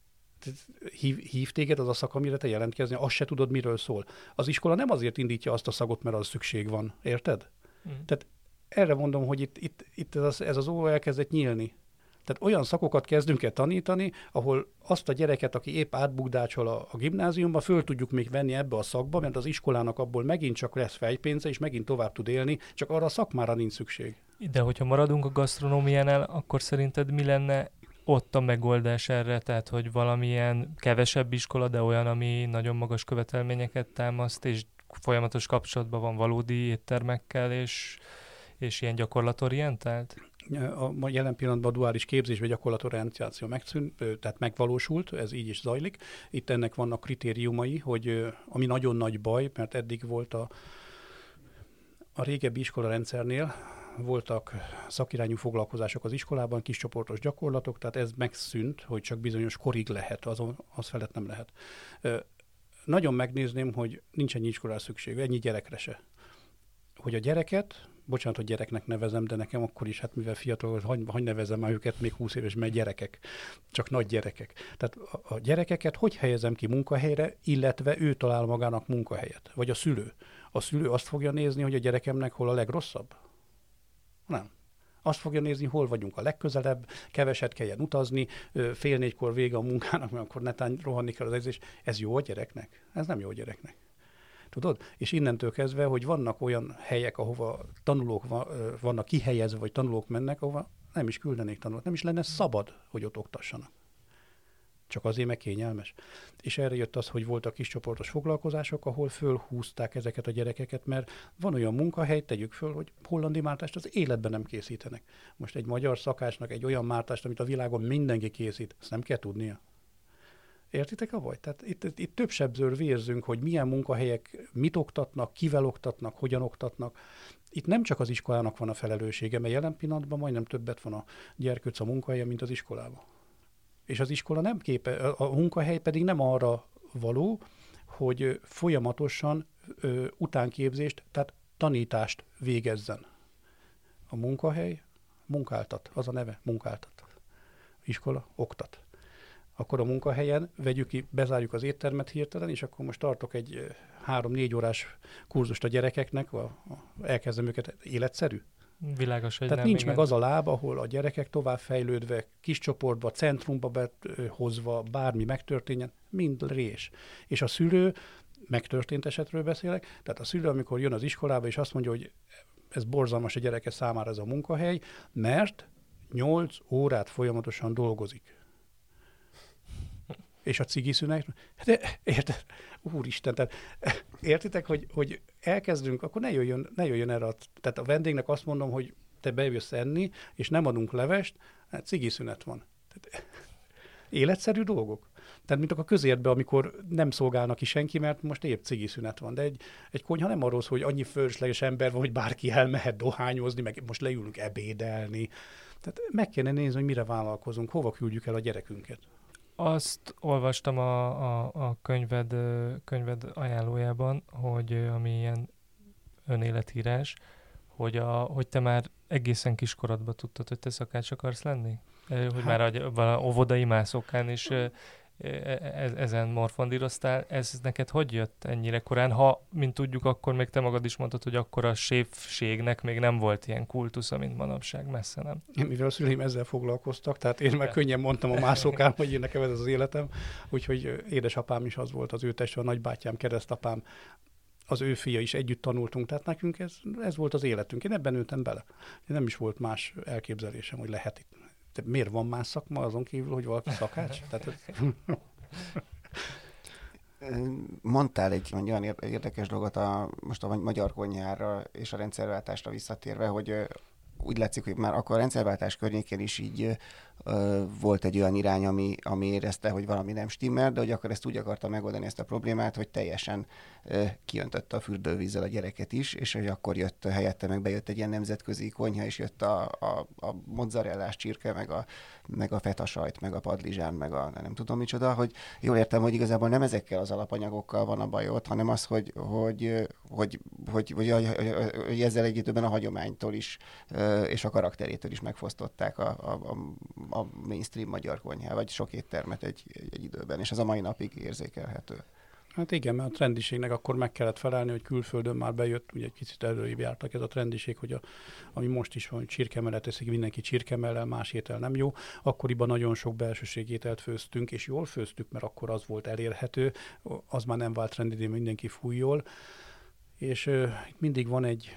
Speaker 3: Hív téged az a szak, amire te jelentkezni, azt se tudod, miről szól. Az iskola nem azért indítja azt a szakot, mert az szükség van. Érted? Tehát erre mondom, hogy itt ez az ó elkezdett nyílni. Tehát olyan szakokat kezdünk el tanítani, ahol azt a gyereket, aki épp átbukdácsol a gimnáziumba, föl tudjuk még venni ebbe a szakba, mert az iskolának abból megint csak lesz fejpénze, és megint tovább tud élni, csak arra a szakmára nincs szükség.
Speaker 4: De hogyha maradunk a gasztronómiánál, akkor szerinted mi lenne ott a megoldás erre? Tehát, hogy valamilyen kevesebb iskola, de olyan, ami nagyon magas követelményeket támaszt, és folyamatos kapcsolatban van valódi éttermekkel, és ilyen gyakorlatorientált?
Speaker 3: A jelen pillanatban a duális képzés vagy gyakorlatorientáció tehát megvalósult, ez így is zajlik. Itt ennek vannak kritériumai, hogy ami nagyon nagy baj, mert eddig volt a régebbi iskolarendszernél voltak szakirányú foglalkozások az iskolában, kiscsoportos gyakorlatok, tehát ez megszűnt, hogy csak bizonyos korig lehet, az felett nem lehet. Nagyon megnézném, hogy nincs ennyi iskolás szükség, ennyi gyerekre se. Hogy a gyereket, bocsánat, hogy gyereknek nevezem, de nekem akkor is, hát mivel fiatal, hogy nevezem már őket, még 20 éves, mert gyerekek, csak nagy gyerekek. Tehát a gyerekeket hogy helyezem ki munkahelyre, illetve ő talál magának munkahelyet, vagy a szülő. A szülő azt fogja nézni, hogy a gyerekemnek hol a legrosszabb? Nem. Azt fogja nézni, hol vagyunk a legközelebb, keveset kelljen utazni, 3:30 vége a munkának, mert akkor netán rohanni kell az edzés. Ez jó a gyereknek? Ez nem jó a gyereknek. Tudod? És innentől kezdve, hogy vannak olyan helyek, ahova tanulók vannak kihelyezve, vagy tanulók mennek, ahova nem is küldenék tanulók. Nem is lenne szabad, hogy ott oktassanak. Csak azért, meg kényelmes. És erre jött az, hogy voltak kiscsoportos foglalkozások, ahol fölhúzták ezeket a gyerekeket, mert van olyan munkahely, tegyük föl, hogy hollandi mártást az életben nem készítenek. Most egy magyar szakácsnak egy olyan mártást, amit a világon mindenki készít, ezt nem kell tudnia. Értitek a baj? Tehát itt több sebzőr vérzünk, hogy milyen munkahelyek mit oktatnak, kivel oktatnak, hogyan oktatnak. Itt nem csak az iskolának van a felelőssége, mert jelen pillanatban majdnem többet van a gyerkőc a munkahelyen, mint az iskolában. És az iskola nem a munkahely pedig nem arra való, hogy folyamatosan utánképzést, tehát tanítást végezzen. A munkahely munkáltat, az a neve, munkáltat. Iskola oktat. Akkor a munkahelyen vegyük ki, bezárjuk az éttermet hirtelen, és akkor most tartok egy 3-4 órás kurzust a gyerekeknek, elkezdem őket életszerű.
Speaker 4: Világos, hogy
Speaker 3: tehát
Speaker 4: nem,
Speaker 3: nincs
Speaker 4: igen.
Speaker 3: meg az a láb, ahol a gyerekek továbbfejlődve, kis csoportba, centrumba behozva, bármi megtörténjen, mind rés. És a szülő, megtörtént esetről beszélek, tehát a szülő, amikor jön az iskolába, és azt mondja, hogy ez borzalmas a gyereke számára ez a munkahely, mert 8 órát folyamatosan dolgozik. És a cigiszünet, de érted? Úristen, tehát értitek, hogy elkezdünk, akkor ne jöjjön erre, tehát a vendégnek azt mondom, hogy te bejössz enni, és nem adunk levest, hát cigiszünet van. Tehát, életszerű dolgok. Tehát mint a közértben, amikor nem szolgálnak ki senki, mert most épp cigiszünet van. De egy konyha nem arról szól, hogy annyi fölösleges ember van, hogy bárki elmehet dohányozni, meg most leülünk ebédelni. Tehát meg kéne nézni, hogy mire vállalkozunk, hova küldjük el a gyerekünket.
Speaker 4: Azt olvastam a könyved ajánlójában, hogy ami ilyen önéletírás, hogy te már egészen kiskorodban tudtad, hogy te szakács akarsz lenni? Hogy már óvodai mászókán is ezen morfondíroztál. Ez neked hogy jött ennyire korán? Ha, mint tudjuk, akkor még te magad is mondtad, hogy akkor a séfségnek még nem volt ilyen kultusza, mint manapság, messze nem.
Speaker 3: Mivel a szüleim ezzel foglalkoztak, tehát én már könnyen mondtam a mászókán, hogy én nekem ez az életem, úgyhogy édesapám is az volt, az ő testvére, a nagybátyám, keresztapám, az ő fia is, együtt tanultunk, tehát nekünk ez volt az életünk. Én ebben nőttem bele. Nem is volt más elképzelésem, hogy lehet itt. De miért van más szakma azon kívül, hogy valaki szakács? Tehát
Speaker 2: Mondtál egy olyan érdekes dolgot most a magyar konyhára és a rendszerváltásra visszatérve, hogy úgy látszik, hogy már akkor a rendszerváltás környékén is így volt egy olyan irány, ami érezte, hogy valami nem stimmel, de hogy akkor ezt úgy akarta megoldani ezt a problémát, hogy teljesen kiöntötte a fürdővízzel a gyereket is, és hogy akkor jött helyette, meg bejött egy ilyen nemzetközi konyha, és jött a mozzarellás csirke, meg a fetasajt, meg a padlizsán, meg a nem tudom micsoda, hogy jól értem, hogy igazából nem ezekkel az alapanyagokkal van a bajod, hanem az, hogy ezzel egy időben a hagyománytól is, és a karakterétől is megfosztották a mainstream magyar konyhá, vagy sok éttermet egy időben, és ez a mai napig érzékelhető.
Speaker 3: Hát igen, mert a trendiségnek akkor meg kellett felelni, hogy külföldön már bejött, ugye egy kicsit előrébb jártak ez a trendiség, hogy ami most is van, hogy csirkemellel teszik, mindenki csirkemellel, más étel nem jó. Akkoriban nagyon sok belsőségételt főztünk, és jól főztük, mert akkor az volt elérhető, az már nem vált trendi, de mindenki fújjól. És mindig van egy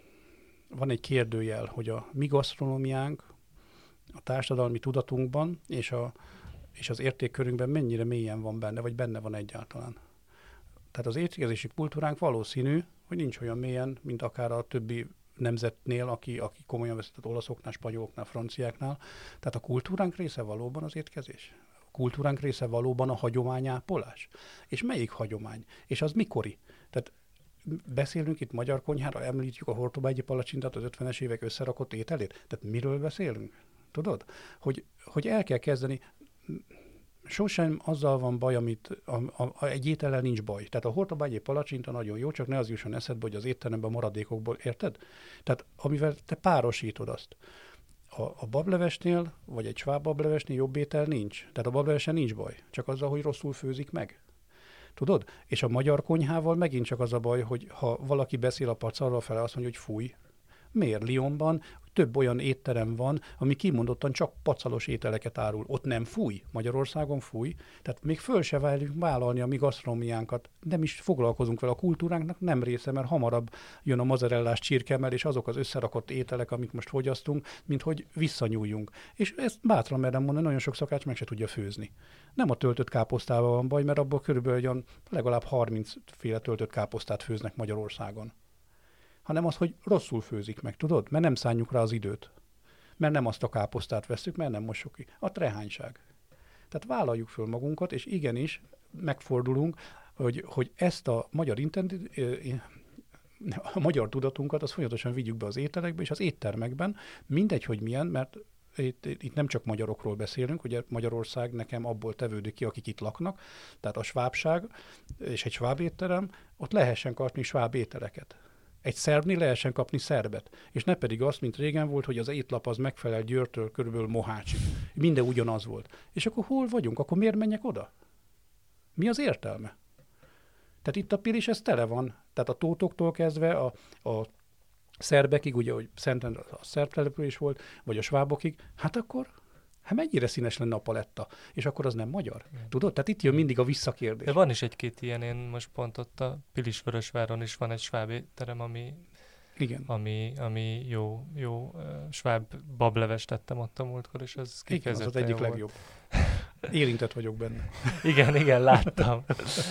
Speaker 3: kérdőjel, hogy a mi gasztronómiánk a társadalmi tudatunkban és az értékkörünkben mennyire mélyen van benne, vagy benne van egyáltalán. Tehát az étkezési kultúránk valószínű, hogy nincs olyan mélyen, mint akár a többi nemzetnél, aki komolyan veszi, tehát olaszoknál, spanyoloknál, franciáknál. Tehát a kultúránk része valóban az étkezés. A kultúránk része valóban a hagyományápolás. És melyik hagyomány? És az mikori? Tehát beszélünk itt magyar konyhára, említjük a hortobágyi palacsintát, az 50-es évek összerakott ételét. Tehát miről beszélünk? Tudod? Hogy el kell kezdeni, sosem azzal van baj, egy étellel nincs baj. Tehát a hortobágyi palacsinta nagyon jó, csak ne az jusson eszedbe, hogy az étteremben maradékokból, érted? Tehát amivel te párosítod azt. A bablevesnél, vagy egy sváb bablevesnél jobb étel nincs. Tehát a bablevesen nincs baj, csak azzal, hogy rosszul főzik meg. Tudod? És a magyar konyhával megint csak az a baj, hogy ha valaki beszél a pacarral fele, azt mondja, hogy fúj. Miért? Lyonban több olyan étterem van, ami kimondottan csak pacalos ételeket árul. Ott nem fúj, Magyarországon fúj. Tehát még föl se vállalni a mi gasztronómiánkat. Nem is foglalkozunk vele, a kultúránknak nem része, mert hamarabb jön a mozzarellás csirkemell, és azok az összerakott ételek, amit most fogyasztunk, mint hogy visszanyúljunk. És ezt bátran merem mondani, nagyon sok szakács meg se tudja főzni. Nem a töltött káposztával van baj, mert abból körülbelül legalább 30 féle töltött káposztát főznek Magyarországon. Hanem az, hogy rosszul főzik meg, tudod? Mert nem szánjuk rá az időt. Mert nem azt a káposztát vesszük, mert nem mossuk ki. A trehányság. Tehát vállaljuk föl magunkat, és igenis megfordulunk, hogy ezt a magyar tudatunkat, azt folyamatosan vigyük be az ételekbe és az éttermekben, mindegy, hogy milyen, mert itt nem csak magyarokról beszélünk, ugye Magyarország nekem abból tevődik ki, akik itt laknak, tehát a svábság és egy sváb étterem, ott lehessen kapni sváb ételeket. Egy szerbnél lehessen kapni szerbet. És ne pedig azt, mint régen volt, hogy az étlap az megfelel Győrtől körülbelül Mohácsig. Minden ugyanaz volt. És akkor hol vagyunk? Akkor miért menjek oda? Mi az értelme? Tehát itt a Pilis, ez tele van. Tehát a tótoktól kezdve a szerbekig, ugye, hogy Szenten a szerb település volt, vagy a svábokig, hát akkor mennyire színes lenne a paletta? És akkor az nem magyar. Tudod? Tehát itt jön mindig a visszakérdés.
Speaker 4: De van is egy-két ilyen, én most pont ott a Pilisvörösváron is van egy sváb étterem, ami jó sváb bablevest tettem ott a múltkor, és az kifejezetten
Speaker 3: az egyik legjobb. Érintett vagyok benne.
Speaker 4: Igen, láttam.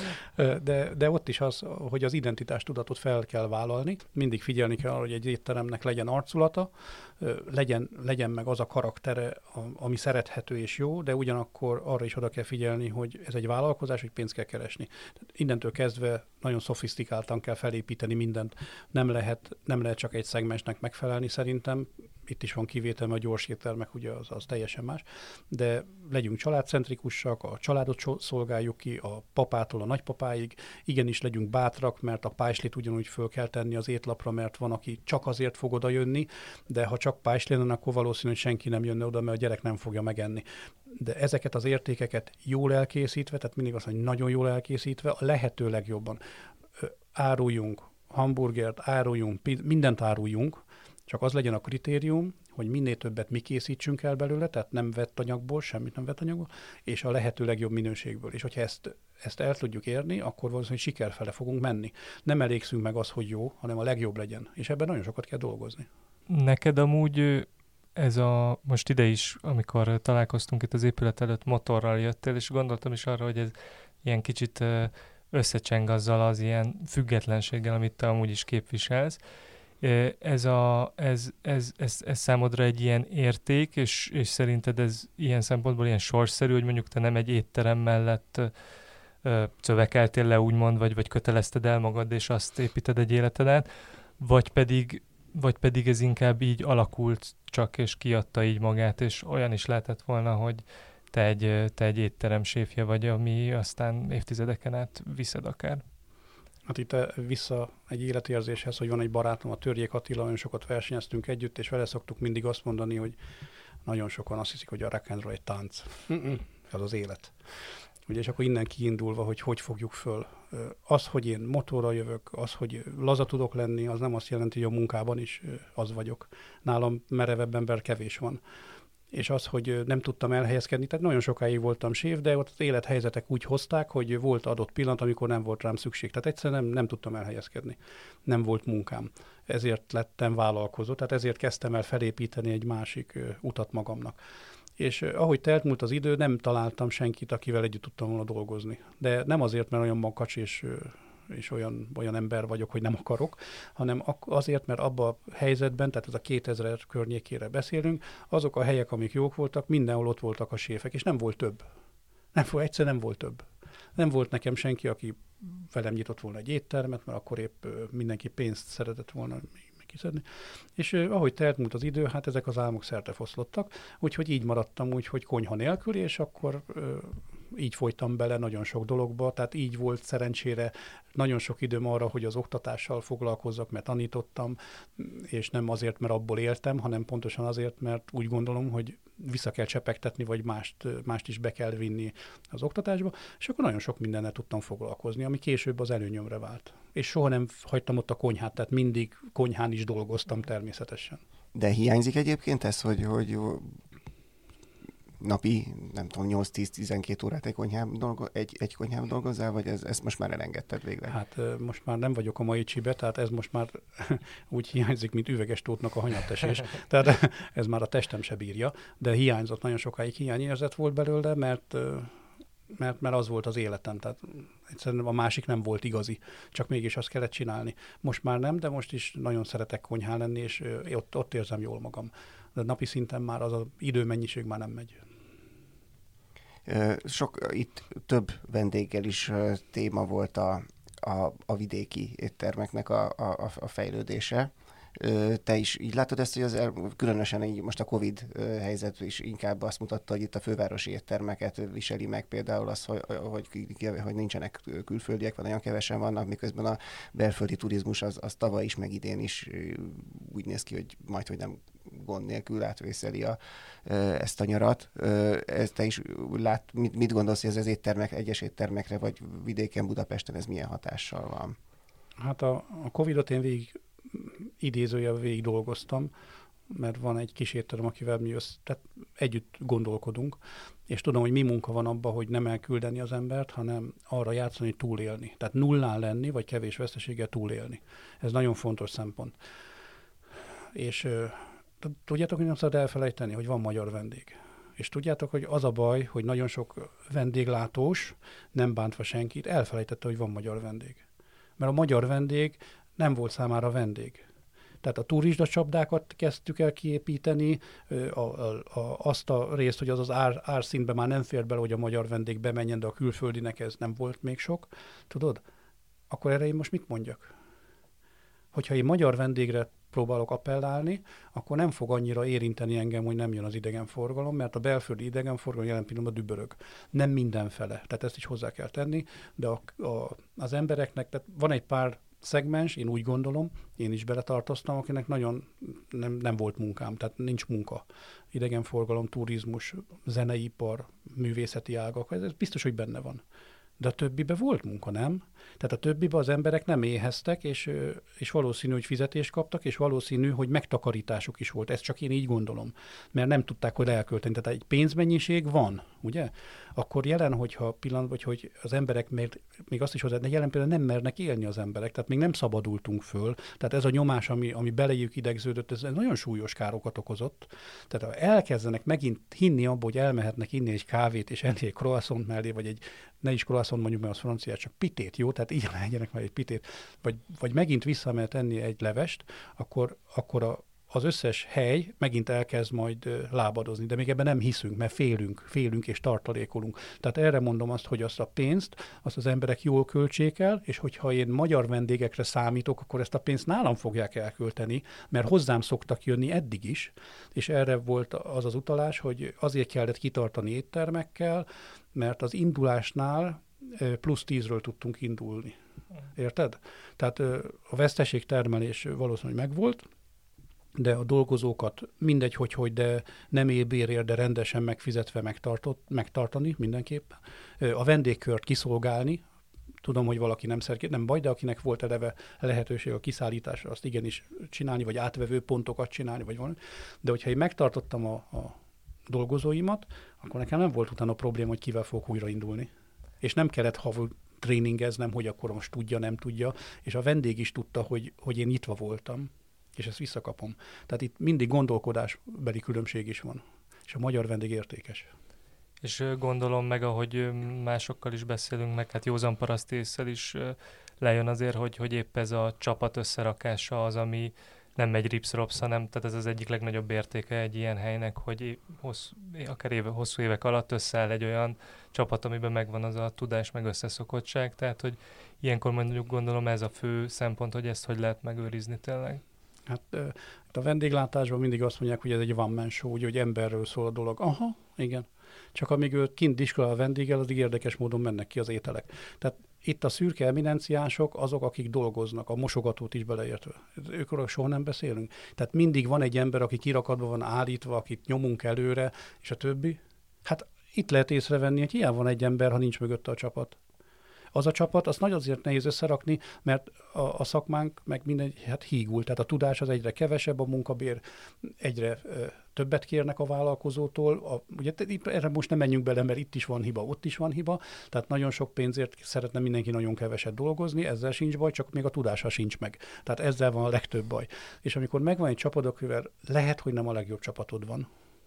Speaker 3: De ott is az, hogy az identitástudatot fel kell vállalni. Mindig figyelni kell arra, hogy egy étteremnek legyen arculata, legyen meg az a karaktere, ami szerethető és jó, de ugyanakkor arra is oda kell figyelni, hogy ez egy vállalkozás, hogy pénzt kell keresni. Tehát innentől kezdve nagyon szofisztikáltan kell felépíteni mindent. Nem lehet csak egy szegmensnek megfelelni szerintem. Itt is van kivétel, mert a gyors éttermek, ugye az teljesen más, de legyünk családcentrikusak, a családot szolgáljuk ki, a papától a nagypapáig, igenis legyünk bátrak, mert a pájslit ugyanúgy föl kell tenni az étlapra, mert van, aki csak azért fog oda jönni, de ha csak pájsli lenne, akkor valószínű, hogy senki nem jönne oda, mert a gyerek nem fogja megenni. De ezeket az értékeket jól elkészítve, tehát mindig azt mondja, hogy nagyon jól elkészítve, a lehető legjobban áruljunk hamburgert, áruljunk, mindent áruljunk, csak az legyen a kritérium, hogy minél többet mi készítsünk el belőle, tehát nem vett anyagból, semmit nem vett anyagból, és a lehető legjobb minőségből. És hogyha ezt el tudjuk érni, akkor valószínűleg siker fele fogunk menni. Nem elégszünk meg az, hogy jó, hanem a legjobb legyen. És ebben nagyon sokat kell dolgozni.
Speaker 4: Neked amúgy most ide is, amikor találkoztunk itt az épület előtt, motorral jöttél, és gondoltam is arra, hogy ez ilyen kicsit összecseng azzal az ilyen függetlenséggel, amit te amúgy is képviselsz. Ez számodra egy ilyen érték, és szerinted ez ilyen szempontból ilyen sorsszerű, hogy mondjuk te nem egy étterem mellett szövekeltél le, úgymond, vagy kötelezted el magad, és azt építed egy életed át, vagy pedig ez inkább így alakult csak, és kiadta így magát, és olyan is lehetett volna, hogy te egy étterem séfje vagy, ami aztán évtizedeken át viszed akár.
Speaker 3: Hát itt vissza egy életérzéshez, hogy van egy barátom, a Törjék Attila, nagyon sokat versenyeztünk együtt, és vele szoktuk mindig azt mondani, hogy nagyon sokan azt hiszik, hogy a rock and roll egy tánc. Ez az élet. Ugye, és akkor innen kiindulva, hogy fogjuk föl. Az, hogy én motorral jövök, az, hogy laza tudok lenni, az nem azt jelenti, hogy a munkában is az vagyok. Nálam merevebb ember kevés van. És az, hogy nem tudtam elhelyezkedni, tehát nagyon sokáig voltam séf, de ott az élethelyzetek úgy hozták, hogy volt adott pillanat, amikor nem volt rám szükség. Tehát egyszerűen nem tudtam elhelyezkedni. Nem volt munkám. Ezért lettem vállalkozó, tehát ezért kezdtem el felépíteni egy másik utat magamnak. És ahogy telt múlt az idő, nem találtam senkit, akivel együtt tudtam volna dolgozni. De nem azért, mert olyan makacs és olyan ember vagyok, hogy nem akarok, hanem azért, mert abban a helyzetben, tehát ez a 2000 környékére beszélünk, azok a helyek, amik jók voltak, mindenhol ott voltak a séfek, és nem volt több. Egyszerűen nem volt több. Nem volt nekem senki, aki velem nyitott volna egy éttermet, mert akkor épp mindenki pénzt szeretett volna kiszedni. És ahogy telt múlt az idő, hát ezek az álmok szertefoszlottak, úgyhogy így maradtam úgy, hogy konyha nélkül, és akkor így folytam bele nagyon sok dologba, tehát így volt szerencsére nagyon sok időm arra, hogy az oktatással foglalkozzak, mert tanítottam, és nem azért, mert abból éltem, hanem pontosan azért, mert úgy gondolom, hogy vissza kell csepegtetni, vagy mást is be kell vinni az oktatásba, és akkor nagyon sok mindennel tudtam foglalkozni, ami később az előnyömre vált. És soha nem hagytam ott a konyhát, tehát mindig konyhán is dolgoztam természetesen.
Speaker 2: De hiányzik egyébként ez, hogy napi, nem tudom, 8-10-12 órát egy konyhában dolgozzál, vagy ezt most már elengedted végre?
Speaker 3: Hát most már nem vagyok a mai csibe, tehát ez most már úgy hiányzik, mint üveges tótnak a hanyattesés. Tehát ez már a testem se bírja, de hiányzott, nagyon sokáig hiányérzet volt belőle, mert az volt az életem, tehát egyszerűen a másik nem volt igazi, csak mégis azt kellett csinálni. Most már nem, de most is nagyon szeretek konyhán lenni, és ott érzem jól magam. De napi szinten már az az időmennyiség már nem megy.
Speaker 2: Itt több vendéggel is téma volt a vidéki éttermeknek a fejlődése. Te is így látod ezt, hogy különösen így most a Covid helyzet is inkább azt mutatta, hogy itt a fővárosi éttermeket viseli meg például az, hogy nincsenek külföldiek, vagy nagyon kevesen vannak, miközben a belföldi turizmus az tavaly is, meg idén is úgy néz ki, hogy majdhogy nem gond nélkül átvészeli ezt a nyarat. Te is mit gondolsz, hogy ez az éttermek, egyes éttermekre, vagy vidéken, Budapesten ez milyen hatással van?
Speaker 3: Hát a Covidot én idézőjelben végig dolgoztam, mert van egy kis étterem, akivel mi tehát együtt gondolkodunk, és tudom, hogy mi munka van abban, hogy nem elküldeni az embert, hanem arra játszani, hogy túlélni. Tehát nullán lenni, vagy kevés veszteséggel túlélni. Ez nagyon fontos szempont. És tudjátok, hogy nem szabad elfelejteni, hogy van magyar vendég. És tudjátok, hogy az a baj, hogy nagyon sok vendéglátós, nem bántva senkit, elfelejtette, hogy van magyar vendég. Mert a magyar vendég nem volt számára vendég. Tehát a turizdacsapdákat kezdtük el kiépíteni, azt a részt, hogy az árszínbe már nem fér bele, hogy a magyar vendég bemenjen, de a külföldinek ez nem volt még sok. Tudod? Akkor erre én most mit mondjak? Hogyha én magyar vendégre próbálok appellálni, akkor nem fog annyira érinteni engem, hogy nem jön az idegenforgalom, mert a belföldi idegenforgalom jelen pillanatban dübörög. Nem mindenfele, tehát ezt is hozzá kell tenni, de az embereknek, tehát van egy pár szegmens, én úgy gondolom, én is beletartoztam, akinek nagyon nem volt munkám, tehát nincs munka. Idegenforgalom, turizmus, zeneipar, művészeti ágak, ez biztos, hogy benne van. De a többiben volt munka, nem? Tehát a többiben az emberek nem éheztek, és valószínű, hogy fizetést kaptak, és valószínű, hogy megtakarításuk is volt. Ezt csak én így gondolom. Mert nem tudták, hogy elkölteni. Tehát egy pénzmennyiség van, ugye? Akkor jelen, hogyha pillanatban, hogy az emberek még azt is hozzá, de jelen például nem mernek élni az emberek, tehát még nem szabadultunk föl. Tehát ez a nyomás, ami beléjük idegződött, ez nagyon súlyos károkat okozott. Tehát ha elkezdenek megint hinni abba, hogy elmehetnek inni egy kávét, és enni egy croissant mellé, vagy ne is croissant mondjuk, mert az franciát, csak pitét, jó? Tehát így legyenek már egy pitét, vagy megint visszamehet enni egy levest, akkor az összes hely megint elkezd majd lábadozni, de még ebben nem hiszünk, mert félünk és tartalékolunk. Tehát erre mondom azt, hogy azt a pénzt, azt az emberek jól költsék el, és hogyha én magyar vendégekre számítok, akkor ezt a pénzt nálam fogják elkölteni, mert hozzám szoktak jönni eddig is, és erre volt az utalás, hogy azért kellett kitartani éttermekkel, mert az indulásnál plusz 10-ről tudtunk indulni. Érted? Tehát a veszteségtermelés valószínűleg megvolt, de a dolgozókat mindegy, hogy de nem élbérért, de rendesen megfizetve megtartani mindenképpen. A vendégkört kiszolgálni, tudom, hogy valaki nem baj, de akinek volt eleve lehetőség a kiszállításra, azt igenis csinálni, vagy átvevő pontokat csinálni, vagy valami. De hogyha én megtartottam a dolgozóimat, akkor nekem nem volt utána probléma, hogy kivel fogok újraindulni. És nem kellett havul tréningeznem, hogy akkor most tudja, nem tudja, és a vendég is tudta, hogy én nyitva voltam, és ezt visszakapom. Tehát itt mindig gondolkodásbeli különbség is van, és a magyar vendég értékes.
Speaker 4: És gondolom meg, ahogy másokkal is beszélünk, meg hát józan paraszt ésszel is lejön azért, hogy épp ez a csapat összerakása az, ami nem egy rips-rops, hanem tehát ez az egyik legnagyobb értéke egy ilyen helynek, hogy hosszú évek alatt összeáll egy olyan csapat, amiben megvan az a tudás, meg összeszokottság, tehát hogy ilyenkor mondjuk gondolom ez a fő szempont, hogy ezt hogy lehet megőrizni tényleg.
Speaker 3: Hát a vendéglátásban mindig azt mondják, hogy ez egy one man show, hogy emberről szól a dolog. Aha, igen. Csak amíg ő kint diskolál a vendéggel, addig érdekes módon mennek ki az ételek. Tehát itt a szürke eminenciások azok, akik dolgoznak, a mosogatót is beleértve. Őkről soha nem beszélünk. Tehát mindig van egy ember, aki kirakatban van állítva, akit nyomunk előre, és a többi. Hát itt lehet észrevenni, hogy hiába van egy ember, ha nincs mögötte a csapat. Az a csapat, azt nagyon azért nehéz összerakni, mert a szakmánk meg mindegy, hát hígul. Tehát a tudás az egyre kevesebb, a munkabér egyre többet kérnek a vállalkozótól. Ugye erre most nem menjünk bele, mert itt is van hiba, ott is van hiba. Tehát nagyon sok pénzért szeretne mindenki nagyon keveset dolgozni, ezzel sincs baj, csak még a tudása sincs meg. Tehát ezzel van a legtöbb baj. És amikor megvan egy csapatod, akivel lehet, hogy nem a legjobb csapatod van,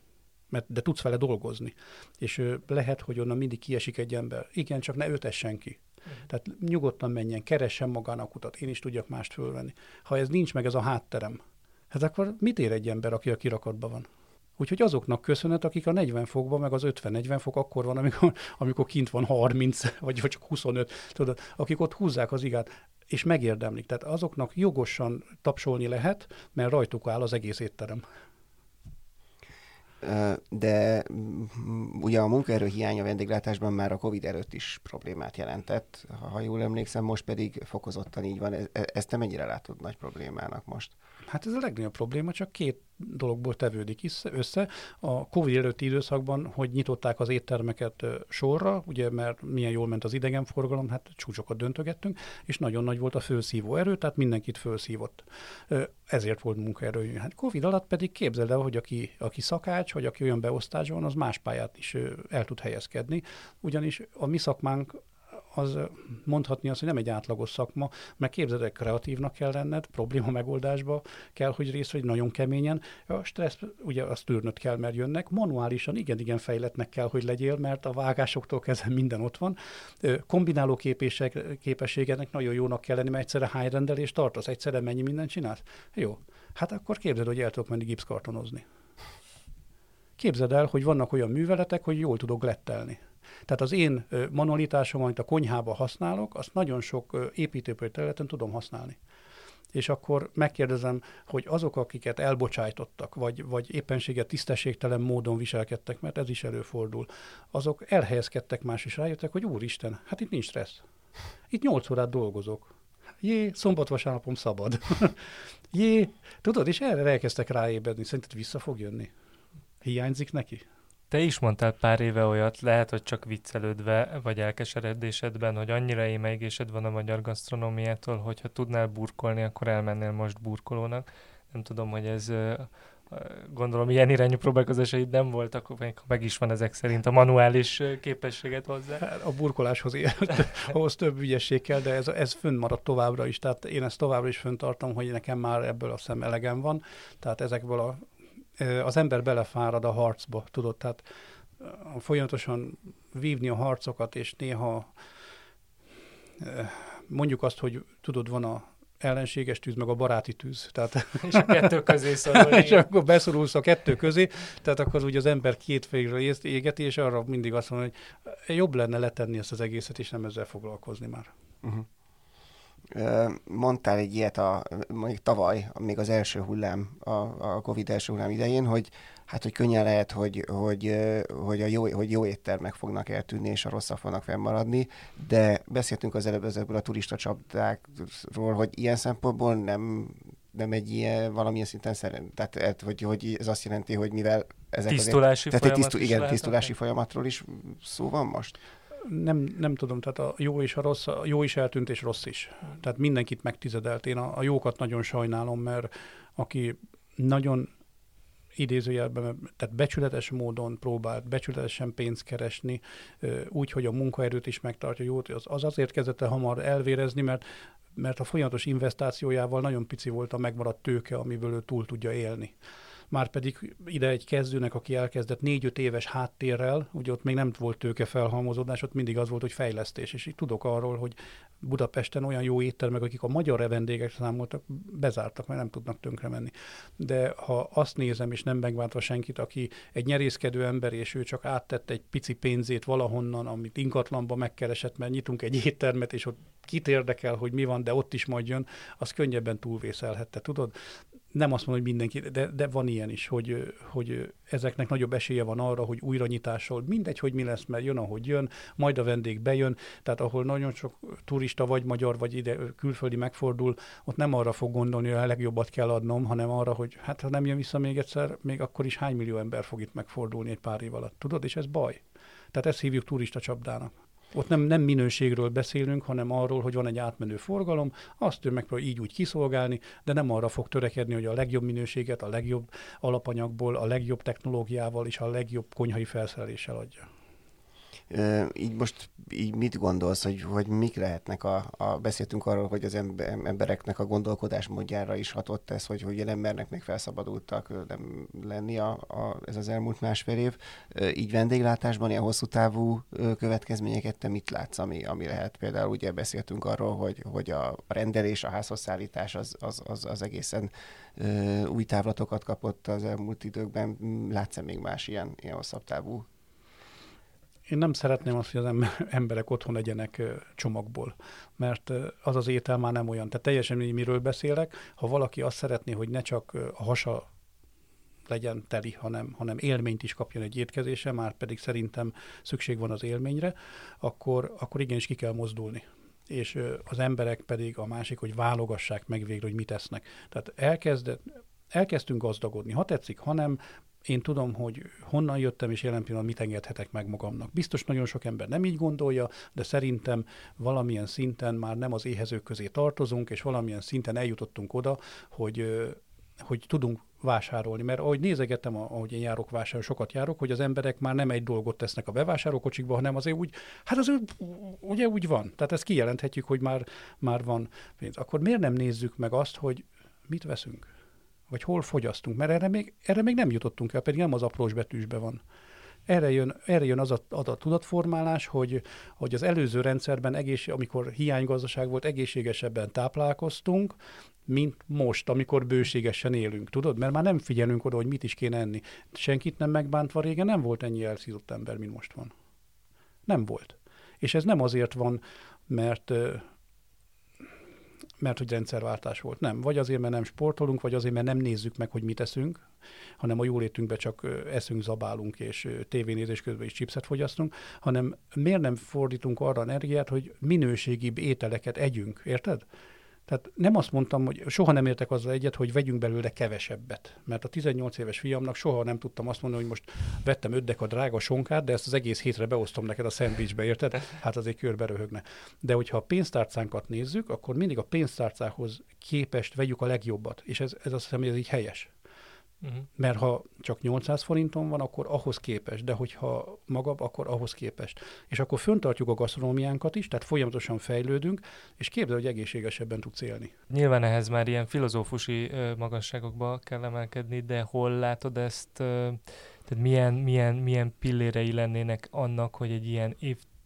Speaker 3: de tudsz vele dolgozni. És lehet, hogy onnan mindig kiesik egy ember. Igen, csak ne ötessen ki. Tehát nyugodtan menjen, keressen magának utat, én is tudjak mást fölvenni. Ha ez nincs meg, ez a hátterem, hát akkor mit ér egy ember, aki a kirakatban van? Úgyhogy azoknak köszönet, akik a 40 fokban, meg az 50-40 fok akkor van, amikor kint van 30, vagy csak 25, tudod, akik ott húzzák az igát, és megérdemlik. Tehát azoknak jogosan tapsolni lehet, mert rajtuk áll az egész étterem.
Speaker 2: De ugye a munkaerő hiánya a vendéglátásban már a Covid előtt is problémát jelentett, ha jól emlékszem, most pedig fokozottan így van. Ezt te mennyire látod nagy problémának most?
Speaker 3: Hát ez a legnagyobb probléma, csak két dologból tevődik össze. A Covid előtti időszakban, hogy nyitották az éttermeket sorra, ugye, mert milyen jól ment az idegenforgalom, hát csúcsokat döntögettünk, és nagyon nagy volt a fölszívó erő, tehát mindenkit fölszívott. Ezért volt munkaerő. Hát Covid alatt pedig képzeld el, hogy aki szakács, vagy aki olyan beosztásban van, az más pályát is el tud helyezkedni, ugyanis a mi szakmánk az mondhatni azt, hogy nem egy átlagos szakma, mert képzeld, hogy kreatívnak kell lenned, probléma megoldásba kell, hogy részt vagy nagyon keményen. A stressz, ugye azt tűrnöd kell, mert jönnek. Manuálisan igen fejlettnek kell, hogy legyél, mert a vágásoktól kezdve minden ott van. Kombináló képességednek nagyon jónak kell lenni, mert egyszerre hány rendelést tartasz, egyszerre mennyi mindent csinálsz? Jó. Hát akkor képzeld, hogy el tudok menni gipszkartonozni. Képzeld el, hogy vannak olyan műveletek, hogy jól tudok glettelni. Tehát az én manualitásom, amit a konyhába használok, azt nagyon sok építőipari területen tudom használni. És akkor megkérdezem, hogy azok, akiket elbocsájtottak, vagy éppenséggel tisztességtelen módon viselkedtek, mert ez is előfordul, azok elhelyezkedtek más, és rájöttek, hogy úristen, hát itt nincs stressz. Itt 8 órát dolgozok. Szombat-vasárnapom szabad. Tudod, és erre elkezdtek ráébredni. Szerinted vissza fog jönni? Hiányzik neki?
Speaker 4: Te is mondtál pár éve olyat, lehet, hogy csak viccelődve, vagy elkeseredésedben, hogy annyira émeigésed van a magyar gasztronómiától, hogyha tudnál burkolni, akkor elmennél most burkolónak. Nem tudom, hogy ez, gondolom, ilyen irányú próbálkozásaid nem voltak, meg is van ezek szerint a manuális képességet hozzá.
Speaker 3: A burkoláshoz ahhoz több ügyesség kell, de ez fönnmaradt továbbra is. Tehát én ezt továbbra is fönntartom, hogy nekem már ebből a szem elegem van. Tehát ezekből az ember belefárad a harcba, tudod, tehát folyamatosan vívni a harcokat, és néha mondjuk azt, hogy tudod, van a ellenséges tűz, meg a baráti tűz. Tehát,
Speaker 4: és a kettő közé szorulni.
Speaker 3: És akkor beszorulsz a kettő közé, tehát akkor ugye az ember két félre égeti, és arra mindig azt mondja, hogy jobb lenne letenni ezt az egészet, és nem ezzel foglalkozni már.
Speaker 2: Uh-huh. Mondtál egy ilyet mondjuk tavaly, még az első hullám, a Covid első hullám idején, hogy könnyen lehet, hogy jó éttermek fognak eltűnni, és a rosszak fognak fennmaradni, de beszéltünk az előbb ezekből a turista csapdákról, hogy ilyen szempontból nem egy ilyen valamilyen szinten tehát hogy ez azt jelenti, hogy mivel ezek
Speaker 4: tisztulási
Speaker 3: tisztulási
Speaker 2: folyamatról is szó van most?
Speaker 3: Nem tudom, tehát a jó és a rossz, a jó is eltűnt, és rossz is. Tehát mindenkit megtizedelt. Én a jókat nagyon sajnálom, mert aki nagyon idézőjelben, tehát becsületes módon próbált becsületesen pénzt keresni, úgy, hogy a munkaerőt is megtartja jót, az azért kezdett el hamar elvérezni, mert a folyamatos investációjával nagyon pici volt a megmaradt tőke, amiből ő túl tudja élni. Márpedig ide egy kezdőnek, aki elkezdett 4-5 éves háttérrel, ugye ott még nem volt tőkefelhalmozódás, ott mindig az volt, hogy fejlesztés. És így tudok arról, hogy Budapesten olyan jó éttermek, akik a magyar vendégek számoltak, bezártak, mert nem tudnak tönkre menni. De ha azt nézem, és nem megváltva senkit, aki egy nyerészkedő ember, és ő csak áttett egy pici pénzét valahonnan, amit ingatlanba megkeresett, mert nyitunk egy éttermet, és ott kit érdekel, hogy mi van, de ott is majd jön, az könnyebben túlvészelhette, tudod? Nem azt mondom, hogy mindenki, de van ilyen is, hogy ezeknek nagyobb esélye van arra, hogy újranyitással, mindegy, hogy mi lesz, mert jön, ahogy jön, majd a vendég bejön, tehát ahol nagyon sok turista, vagy magyar, vagy ide külföldi megfordul, ott nem arra fog gondolni, hogy a legjobbat kell adnom, hanem arra, hogy hát ha nem jön vissza még egyszer, még akkor is hány millió ember fog itt megfordulni egy pár év alatt, tudod, és ez baj. Tehát ezt hívjuk turista csapdának. Ott nem minőségről beszélünk, hanem arról, hogy van egy átmenő forgalom, azt ő megpróbál így úgy kiszolgálni, de nem arra fog törekedni, hogy a legjobb minőséget, a legjobb alapanyagból, a legjobb technológiával és a legjobb konyhai felszereléssel adja.
Speaker 2: Így most mit gondolsz, hogy mik lehetnek beszéltünk arról, hogy az embereknek a gondolkodásmódjára is hatott ez, hogy embernek még felszabadultak nem lenni ez az elmúlt másfél év. Így vendéglátásban ilyen hosszú távú következményeket te mit látsz, ami lehet? Például ugye beszéltünk arról, hogy a rendelés, a házhoz szállítás az egészen új távlatokat kapott az elmúlt időkben. Látsz-e még más ilyen hosszabb távú?
Speaker 3: Én nem szeretném azt, hogy az emberek otthon legyenek csomagból, mert az az étel már nem olyan. Tehát teljesen miről beszélek, ha valaki azt szeretné, hogy ne csak a hasa legyen teli, hanem élményt is kapjon egy étkezése, már pedig szerintem szükség van az élményre, akkor igenis ki kell mozdulni. És az emberek pedig a másik, hogy válogassák meg végre, hogy mit esznek. Tehát elkezdtünk gazdagodni, ha tetszik, ha nem. Én tudom, hogy honnan jöttem, és jelen pillanatban mit engedhetek meg magamnak. Biztos nagyon sok ember nem így gondolja, de szerintem valamilyen szinten már nem az éhezők közé tartozunk, és valamilyen szinten eljutottunk oda, hogy hogy tudunk vásárolni, mert ahogy nézegetem, ahogy én járok vásárolni, sokat járok, hogy az emberek már nem egy dolgot tesznek a bevásárlókocsikba, hanem azért úgy, hát azért ugye úgy van. Tehát ezt kijelenthetjük, hogy már van pénz. Akkor miért nem nézzük meg azt, hogy mit veszünk? Vagy hol fogyasztunk? Mert erre még nem jutottunk el, pedig nem az aprós betűsbe van. Erre jön az a tudatformálás, hogy az előző rendszerben, amikor hiánygazdaság volt, egészségesebben táplálkoztunk, mint most, amikor bőségesen élünk, tudod? Mert már nem figyelünk oda, hogy mit is kéne enni. Senkit nem megbántva régen nem volt ennyi elszízott ember, mint most van. Nem volt. És ez nem azért van, mert hogy rendszerváltás volt. Nem. Vagy azért, mert nem sportolunk, vagy azért, mert nem nézzük meg, hogy mit eszünk, hanem a jólétünkben csak eszünk, zabálunk, és tévénézés közben is chipset fogyasztunk, hanem miért nem fordítunk arra energiát, hogy minőségibb ételeket együnk, érted? Tehát nem azt mondtam, hogy soha nem értek azzal egyet, hogy vegyünk belőle kevesebbet. Mert a 18 éves fiamnak soha nem tudtam azt mondani, hogy most vettem 5 deka drága sonkát, de ezt az egész hétre beosztom neked a szendvicsbe, érted? Hát azért körbe röhögne. De hogyha a pénztárcánkat nézzük, akkor mindig a pénztárcához képest vegyük a legjobbat. És ez azt hiszem, hogy ez így helyes. Mert ha csak 800 forinton van, akkor ahhoz képest, de hogyha magabb, akkor ahhoz képest. És akkor föntartjuk a gasztronómiánkat is, tehát folyamatosan fejlődünk, és képzel, hogy egészségesebben tudsz élni.
Speaker 4: Nyilván ehhez már ilyen filozófusi magasságokba kell emelkedni, de hol látod ezt, tehát milyen pillérei lennének annak, hogy egy ilyen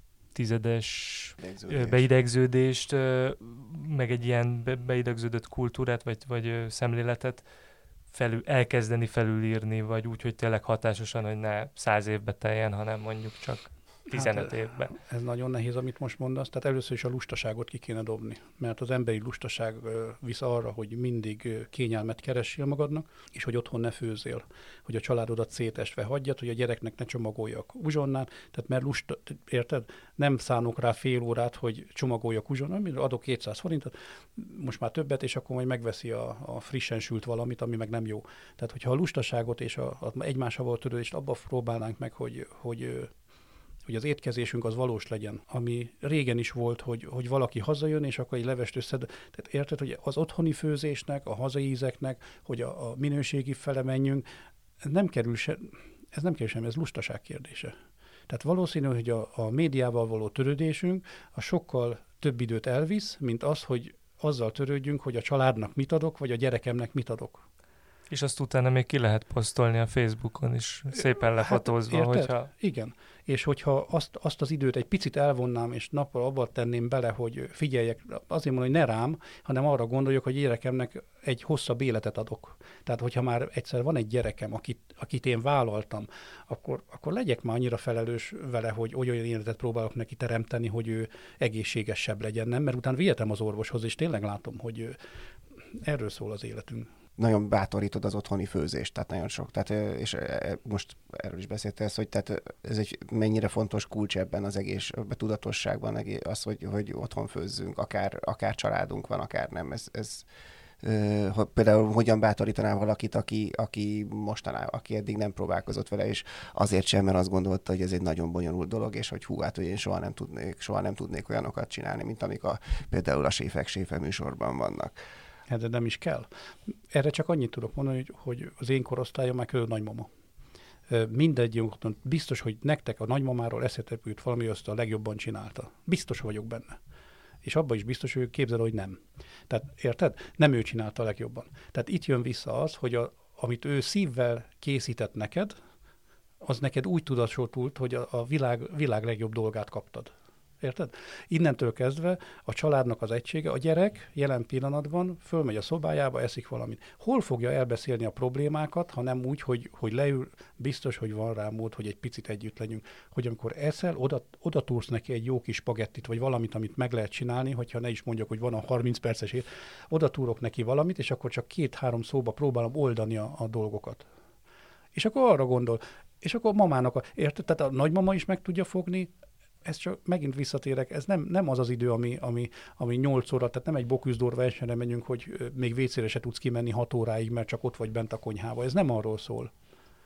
Speaker 4: évtizedes beidegződést, meg egy ilyen beidegződött kultúrát, vagy szemléletet elkezdeni felülírni, vagy úgy, hogy tényleg hatásosan, hogy ne 100 évbe teljen, hanem mondjuk csak 15 évben.
Speaker 3: Ez nagyon nehéz, amit most mondasz. Tehát először is a lustaságot ki kéne dobni, mert az emberi lustaság visz arra, hogy mindig kényelmet keressél magadnak, és hogy otthon ne főzzél, hogy a családodat szétesve hagyjad, hogy a gyereknek ne csomagoljak uzsonnát, tehát mert lusta, érted? Nem szánok rá fél órát, hogy csomagoljak uzsonnát, adok 200 forintot, most már többet, és akkor majd megveszi a frissen sült valamit, ami meg nem jó. Tehát, hogyha a lustaságot és a egymással való törődést abba próbálnánk meg, hogy az étkezésünk az valós legyen, ami régen is volt, hogy valaki hazajön, és akkor egy levest összed. Tehát érted, hogy az otthoni főzésnek, a hazai ízeknek, hogy a minőségi fele menjünk, ez nem kerül sem, ez lustaság kérdése. Tehát valószínű, hogy a médiával való törődésünk a sokkal több időt elvisz, mint az, hogy azzal törődjünk, hogy a családnak mit adok, vagy a gyerekemnek mit adok.
Speaker 4: És azt utána még ki lehet posztolni a Facebookon is, szépen lefotózva,
Speaker 3: hát,
Speaker 4: hogyha...
Speaker 3: Igen. És hogyha azt az időt egy picit elvonnám, és nappal abba tenném bele, hogy figyeljek, azért mondom, hogy ne rám, hanem arra gondoljak, hogy gyerekemnek egy hosszabb életet adok. Tehát, hogyha már egyszer van egy gyerekem, akit én vállaltam, akkor legyek már annyira felelős vele, hogy olyan életet próbálok neki teremteni, hogy ő egészségesebb legyen, nem? Mert utána vihetem az orvoshoz, és tényleg látom, hogy erről szól az életünk.
Speaker 2: Nagyon bátorítod az otthoni főzést, tehát nagyon sok. Tehát, és most erről is beszéltél, hogy tehát ez egy mennyire fontos kulcs ebben az egész tudatosságban, az, hogy otthon főzzünk, akár családunk van, akár nem. Ez például hogyan bátorítaná valakit, aki eddig nem próbálkozott vele, és azért sem, mert azt gondolta, hogy ez egy nagyon bonyolult dolog, és hogy hogy én soha nem tudnék olyanokat csinálni, mint amik például a séfe műsorban vannak.
Speaker 3: Hát de nem is kell. Erre csak annyit tudok mondani, hogy az én korosztályom már körül nagymama. Mindegyikünkön biztos, hogy nektek a nagymamáról eszetek jut valami, azt a legjobban csinálta. Biztos vagyok benne. És abban is biztos, hogy képzel, hogy nem. Tehát érted? Nem ő csinálta a legjobban. Tehát itt jön vissza az, hogy amit ő szívvel készített neked, az neked úgy tudatosult, hogy a világ legjobb dolgát kaptad. Érted? Innentől kezdve a családnak az egysége, a gyerek jelen pillanatban fölmegy a szobájába, eszik valamit. Hol fogja elbeszélni a problémákat, ha nem úgy, hogy leül, biztos, hogy van rá mód, hogy egy picit együtt legyünk. Hogy amikor eszel, oda túrsz neki egy jó kis spagettit, vagy valamit, amit meg lehet csinálni, hogyha ne is mondjak, hogy van a 30 perces ér, oda túrok neki valamit, és akkor csak 2-3 szóba próbálom oldani a dolgokat. És akkor arra gondol, és akkor mamának, érted? Tehát a nagymama is meg tudja fogni, ez csak megint visszatérek, ez nem az az idő, ami 8 óra, tehát nem egy Bocuse d'Or versenyre megyünk, hogy még WC-re se tudsz kimenni 6 óráig, mert csak ott vagy bent a konyhába. Ez nem arról szól.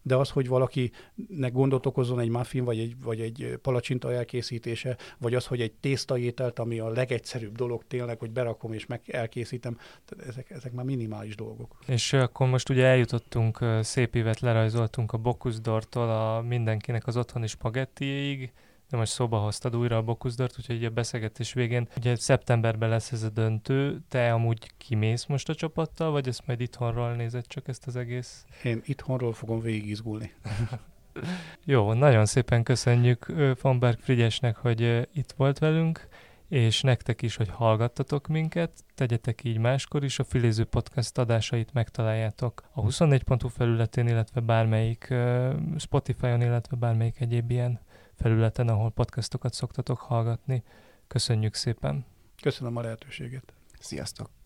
Speaker 3: De az, hogy valakinek gondot okozzon egy muffin, vagy egy palacsinta elkészítése, vagy az, hogy egy tésztaételt, ami a legegyszerűbb dolog tényleg, hogy berakom és meg elkészítem, ezek már minimális dolgok.
Speaker 4: És akkor most ugye eljutottunk, szép évet lerajzoltunk a Bocuse d'Ortól a mindenkinek az otthoni spagettiéig, de most szóba hoztad újra a Bocuse d'Ort, úgyhogy a beszélgetés végén, ugye szeptemberben lesz ez a döntő, te amúgy kimész most a csapattal, vagy ezt majd itthonról nézed csak ezt az egész?
Speaker 3: Én itthonról fogom végigizgulni.
Speaker 4: Jó, nagyon szépen köszönjük von Berg Frigyesnek, hogy itt volt velünk, és nektek is, hogy hallgattatok minket, tegyetek így máskor is, a Filéző Podcast adásait megtaláljátok a 24.hu felületén, illetve bármelyik Spotify-on, illetve bármelyik egyéb ilyen felületen, ahol podcastokat szoktatok hallgatni. Köszönjük szépen!
Speaker 3: Köszönöm a lehetőséget!
Speaker 2: Sziasztok!